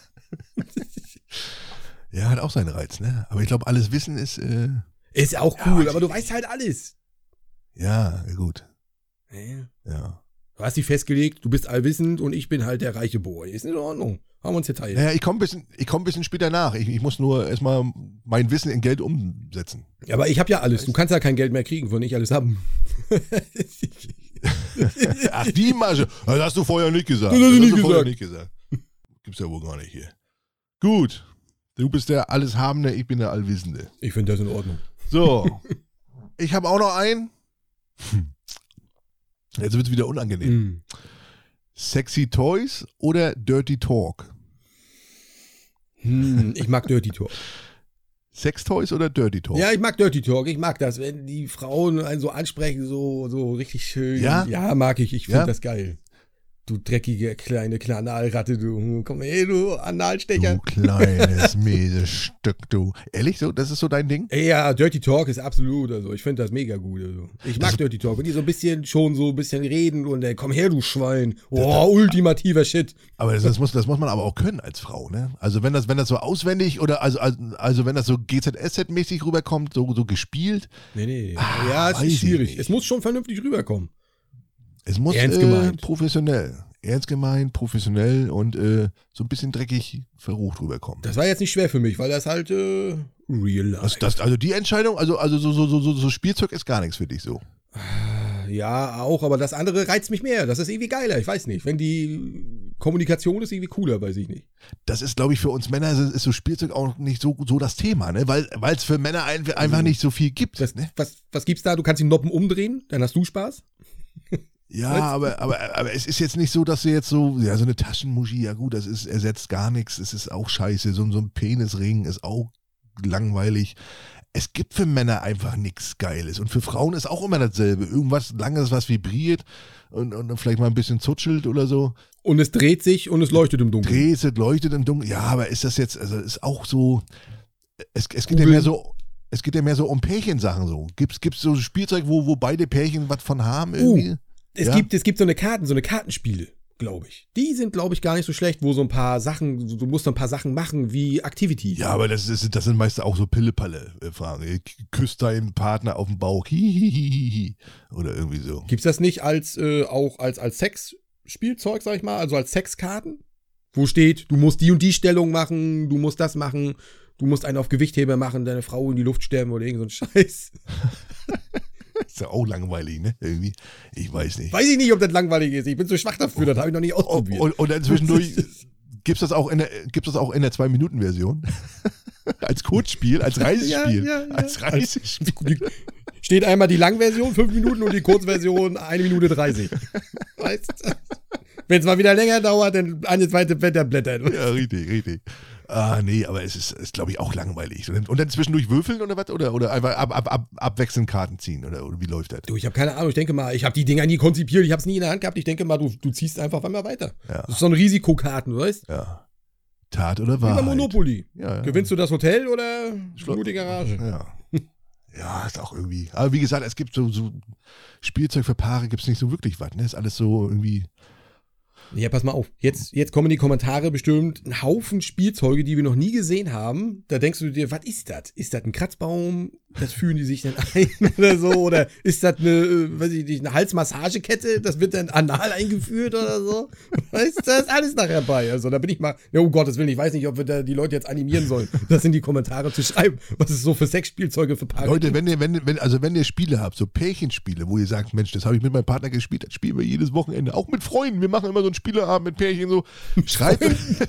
Ja, hat auch seinen Reiz, ne? Aber ich glaube, alles Wissen ist. Ist ja auch cool, aber du weißt halt alles. Ja, gut. Ja. Du hast dich festgelegt, du bist allwissend und ich bin halt der reiche Boy. Ist in Ordnung. Haben wir uns geteilt. Ja, ich komm ein bisschen später nach. Ich muss nur erstmal mein Wissen in Geld umsetzen. Ja, aber ich habe ja alles. Du kannst ja kein Geld mehr kriegen, von ich alles haben. Ach, die Masche. Das hast du vorher nicht gesagt. Das hast du nicht gesagt. Gibt's ja wohl gar nicht hier. Gut. Du bist der Alleshabende, ich bin der Allwissende. Ich finde das in Ordnung. So. Ich habe auch noch einen. Jetzt wird es wieder unangenehm. Sexy Toys oder Dirty Talk? Ich mag Dirty Talk. Sex Toys oder Dirty Talk? Ja, ich mag Dirty Talk. Ich mag das, wenn die Frauen einen so ansprechen, so richtig schön. Ja, mag ich. Ich finde das geil. Du dreckige kleine Analratte, du. Komm her, du Analstecher. Du kleines, mieses Stück, du. Ehrlich, so, das ist so dein Ding? Ja, Dirty Talk ist absolut, also ich finde das mega gut. Also. Ich mag Dirty Talk. Wenn die so ein bisschen reden und komm her, du Schwein. Oh, ultimativer Shit. Aber das muss man aber auch können als Frau, ne? Also wenn das so auswendig oder also wenn das so GZSZ-mäßig rüberkommt, so gespielt. Nee. Ja, es ist schwierig. Es muss schon vernünftig rüberkommen. Es muss ernst gemeint, professionell und so ein bisschen dreckig verrucht rüberkommen. Das war jetzt nicht schwer für mich, weil das halt real life. Also die Entscheidung, also so Spielzeug ist gar nichts für dich so. Ja, auch, aber das andere reizt mich mehr. Das ist irgendwie geiler, ich weiß nicht. Wenn die Kommunikation ist irgendwie cooler, weiß ich nicht. Das ist, glaube ich, für uns Männer ist so Spielzeug auch nicht so das Thema, ne? Weil es für Männer einfach nicht so viel gibt. Ne? Was gibt's da? Du kannst die Noppen umdrehen, dann hast du Spaß. Ja, aber es ist jetzt nicht so, dass du jetzt so eine Taschenmuschi, ja gut, ersetzt gar nichts, es ist auch scheiße, so ein Penisring ist auch langweilig. Es gibt für Männer einfach nichts Geiles und für Frauen ist auch immer dasselbe, irgendwas Langes, was vibriert und vielleicht mal ein bisschen zutschelt oder so. Und es dreht sich und es leuchtet im Dunkeln. Leuchtet im Dunkeln, ja, aber ist das jetzt, also ist auch so, es geht ja mehr so, Es geht ja mehr so um Pärchensachen so. Gibt's so Spielzeug, wo beide Pärchen was von haben irgendwie? Es gibt so eine Kartenspiele, glaube ich. Die sind, glaube ich, gar nicht so schlecht, wo so ein paar Sachen, du musst so ein paar Sachen machen wie Activity. Ja, aber das sind meist auch so Pille-Palle-Fragen. Küsst deinen Partner auf den Bauch, hihihihi, oder irgendwie so. Gibt's das nicht auch als Sexspielzeug, sag ich mal, also als Sexkarten? Wo steht, du musst die und die Stellung machen, du musst das machen, du musst einen auf Gewichtheber machen, deine Frau in die Luft sterben oder irgend so ein Scheiß. Ist ja auch langweilig, ne? Irgendwie. Ich weiß nicht. Weiß ich nicht, ob das langweilig ist. Ich bin zu schwach dafür, das habe ich noch nicht ausprobiert. Und dann zwischendurch gibt's das auch in der 2-Minuten-Version? Als Kurzspiel, als Reisespiel. Ja. Als Reisespiel. Steht einmal die Langversion, 5 Minuten, und die Kurzversion 1 Minute 30. Weißt du? Wenn es mal wieder länger dauert, dann eine zweite Blätter blättern. Ja, richtig. Ah, nee, aber es ist glaube ich, auch langweilig. Und dann zwischendurch würfeln oder was? Oder einfach abwechselnd Karten ziehen? Oder wie läuft das? Du, ich habe keine Ahnung. Ich denke mal, ich habe die Dinger nie konzipiert. Ich habe es nie in der Hand gehabt. Ich denke mal, du ziehst einfach einmal weiter. Ja. Das ist so ein Risikokarten, weißt du? Ja. Tat oder Wie Wahrheit? bei Monopoly. Ja. Gewinnst du das Hotel oder nur die Garage? Ja. Ja, ist auch irgendwie. Aber wie gesagt, es gibt so Spielzeug für Paare, gibt es nicht so wirklich was. Ne? Ist alles so irgendwie. Ja, pass mal auf. Jetzt kommen in die Kommentare bestimmt ein Haufen Spielzeuge, die wir noch nie gesehen haben. Da denkst du dir, was ist das? Ist das ein Kratzbaum? Das fühlen die sich dann ein oder so? Oder ist das eine Halsmassagekette? Das wird dann anal eingeführt oder so? Weißt du, das ist alles nachher bei. Also da bin ich mal, ja, um Gottes Willen, ich weiß nicht, ob wir da die Leute jetzt animieren sollen, das in die Kommentare zu schreiben, was es so für Sexspielzeuge für Paare Leute, gibt. wenn ihr Spiele habt, so Pärchenspiele, wo ihr sagt, Mensch, das habe ich mit meinem Partner gespielt, das spielen wir jedes Wochenende, auch mit Freunden, wir machen immer so ein Spieleabend mit Pärchen so. Schreibt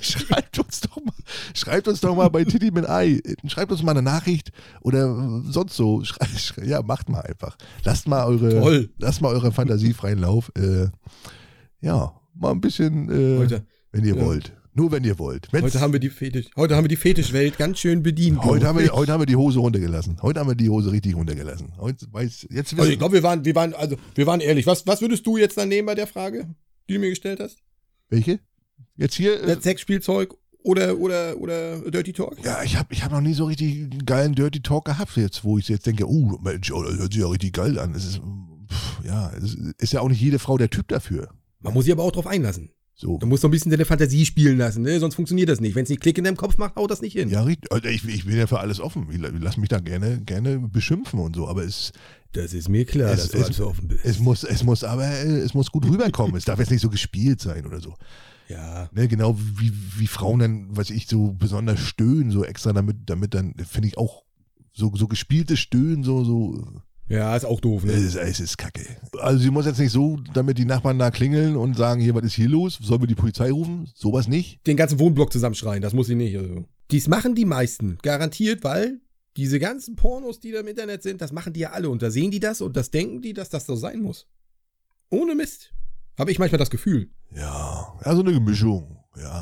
uns doch mal bei Titi mit Ei. Schreibt uns mal eine Nachricht oder sonst so. Ja, macht mal einfach. Lasst mal eure Fantasie freien Lauf. Ja, mal ein bisschen, wenn ihr wollt. Nur wenn ihr wollt. Heute haben wir die Fetischwelt ganz schön bedient. Heute haben wir die Hose runtergelassen. Heute haben wir die Hose richtig runtergelassen. Also ich glaube, wir waren ehrlich. Was würdest du jetzt dann nehmen bei der Frage, die du mir gestellt hast? Welche? Jetzt hier? Das Sexspielzeug oder Dirty Talk? Ja, ich hab noch nie so richtig einen geilen Dirty Talk gehabt jetzt, wo ich jetzt denke, Mensch, das hört sich ja richtig geil an. Es ist ja auch nicht jede Frau der Typ dafür. Man muss sich aber auch drauf einlassen. So. Du musst so ein bisschen deine Fantasie spielen lassen, ne? Sonst funktioniert das nicht. Wenn es nicht Klick in deinem Kopf macht, haut das nicht hin. Ja, richtig. Also ich bin ja für alles offen. Ich lass mich da gerne beschimpfen und so, aber das ist mir klar, dass du alles offen bist. Es muss gut rüberkommen. Es darf jetzt nicht so gespielt sein oder so. Ja. Ne, genau wie Frauen dann, so besonders stöhnen, so extra damit dann, finde ich auch so gespieltes Stöhnen, so. Ja, ist auch doof, ne? Es ist kacke. Also sie muss jetzt nicht so, damit die Nachbarn da klingeln und sagen, hier, was ist hier los? Sollen wir die Polizei rufen? Sowas nicht. Den ganzen Wohnblock zusammenschreien, das muss sie nicht. Also. Dies machen die meisten, garantiert, weil diese ganzen Pornos, die da im Internet sind, das machen die ja alle. Und da sehen die das und das denken die, dass das so sein muss. Ohne Mist. Habe ich manchmal das Gefühl. Ja, so eine Gemischung.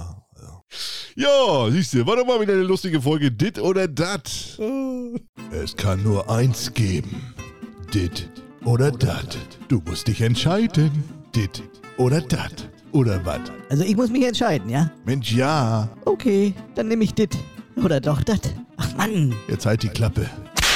Ja, siehst du, war doch mal wieder eine lustige Folge Dit oder Dat. Es kann nur eins geben. Dit oder Dat. Du musst dich entscheiden. Dit oder Dat. Oder was? Also ich muss mich entscheiden, ja? Mensch, ja. Okay, dann nehme ich dit. Oder doch dat. Ach Mann. Jetzt halt die Klappe.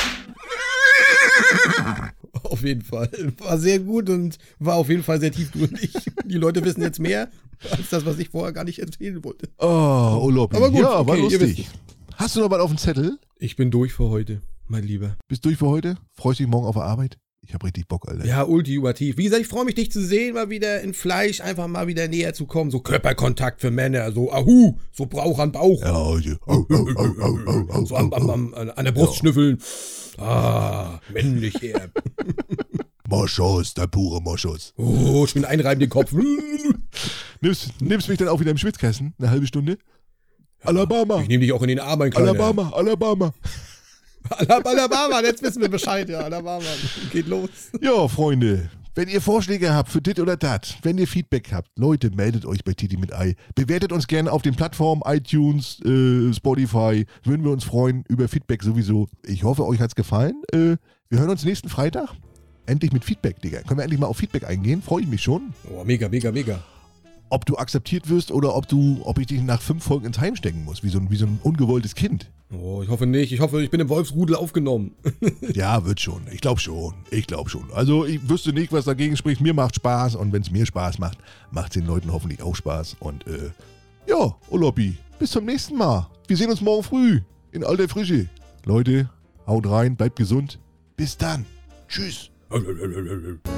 Auf jeden Fall. War sehr gut und war auf jeden Fall sehr tiefgründig. Die Leute wissen jetzt mehr als das, was ich vorher gar nicht erzählen wollte. Oh, Urlaub. Aber gut, ja, okay, war lustig. Hast du noch was auf dem Zettel? Ich bin durch für heute, mein Lieber. Bist durch für heute? Freust dich morgen auf der Arbeit? Ich hab richtig Bock, Alter. Ja, ultimativ. Wie gesagt, ich freue mich, dich zu sehen, mal wieder in Fleisch, einfach mal wieder näher zu kommen. So Körperkontakt für Männer, so so Bauch an Bauch. Ja, heute. So an der Brust schnüffeln. Männlich her. Moschus, der pure Moschus. Oh, schön einreiben den Kopf. Nimmst mich dann auch wieder im Schwitzkasten? Eine halbe Stunde? Alabama. Ich nehme dich auch in den Arm, mein Kleiner. Alabama. Alabama, jetzt wissen wir Bescheid, ja. Alabama, geht los. Ja, Freunde, wenn ihr Vorschläge habt für dit oder dat, wenn ihr Feedback habt, Leute, meldet euch bei Titi mit Ei. Bewertet uns gerne auf den Plattformen iTunes, Spotify. Würden wir uns freuen über Feedback sowieso. Ich hoffe, euch hat's gefallen. Wir hören uns nächsten Freitag. Endlich mit Feedback, Digga. Können wir endlich mal auf Feedback eingehen? Freue ich mich schon. Oh, mega. ob du akzeptiert wirst oder ob ich dich nach 5 Folgen ins Heim stecken muss, wie so ein ungewolltes Kind. Oh, ich hoffe nicht. Ich hoffe, ich bin im Wolfsrudel aufgenommen. Ja, wird schon. Ich glaube schon. Also ich wüsste nicht, was dagegen spricht. Mir macht Spaß und wenn es mir Spaß macht, macht es den Leuten hoffentlich auch Spaß. Und ja, Oloppi, bis zum nächsten Mal. Wir sehen uns morgen früh in alter Frische. Leute, haut rein, bleibt gesund. Bis dann. Tschüss.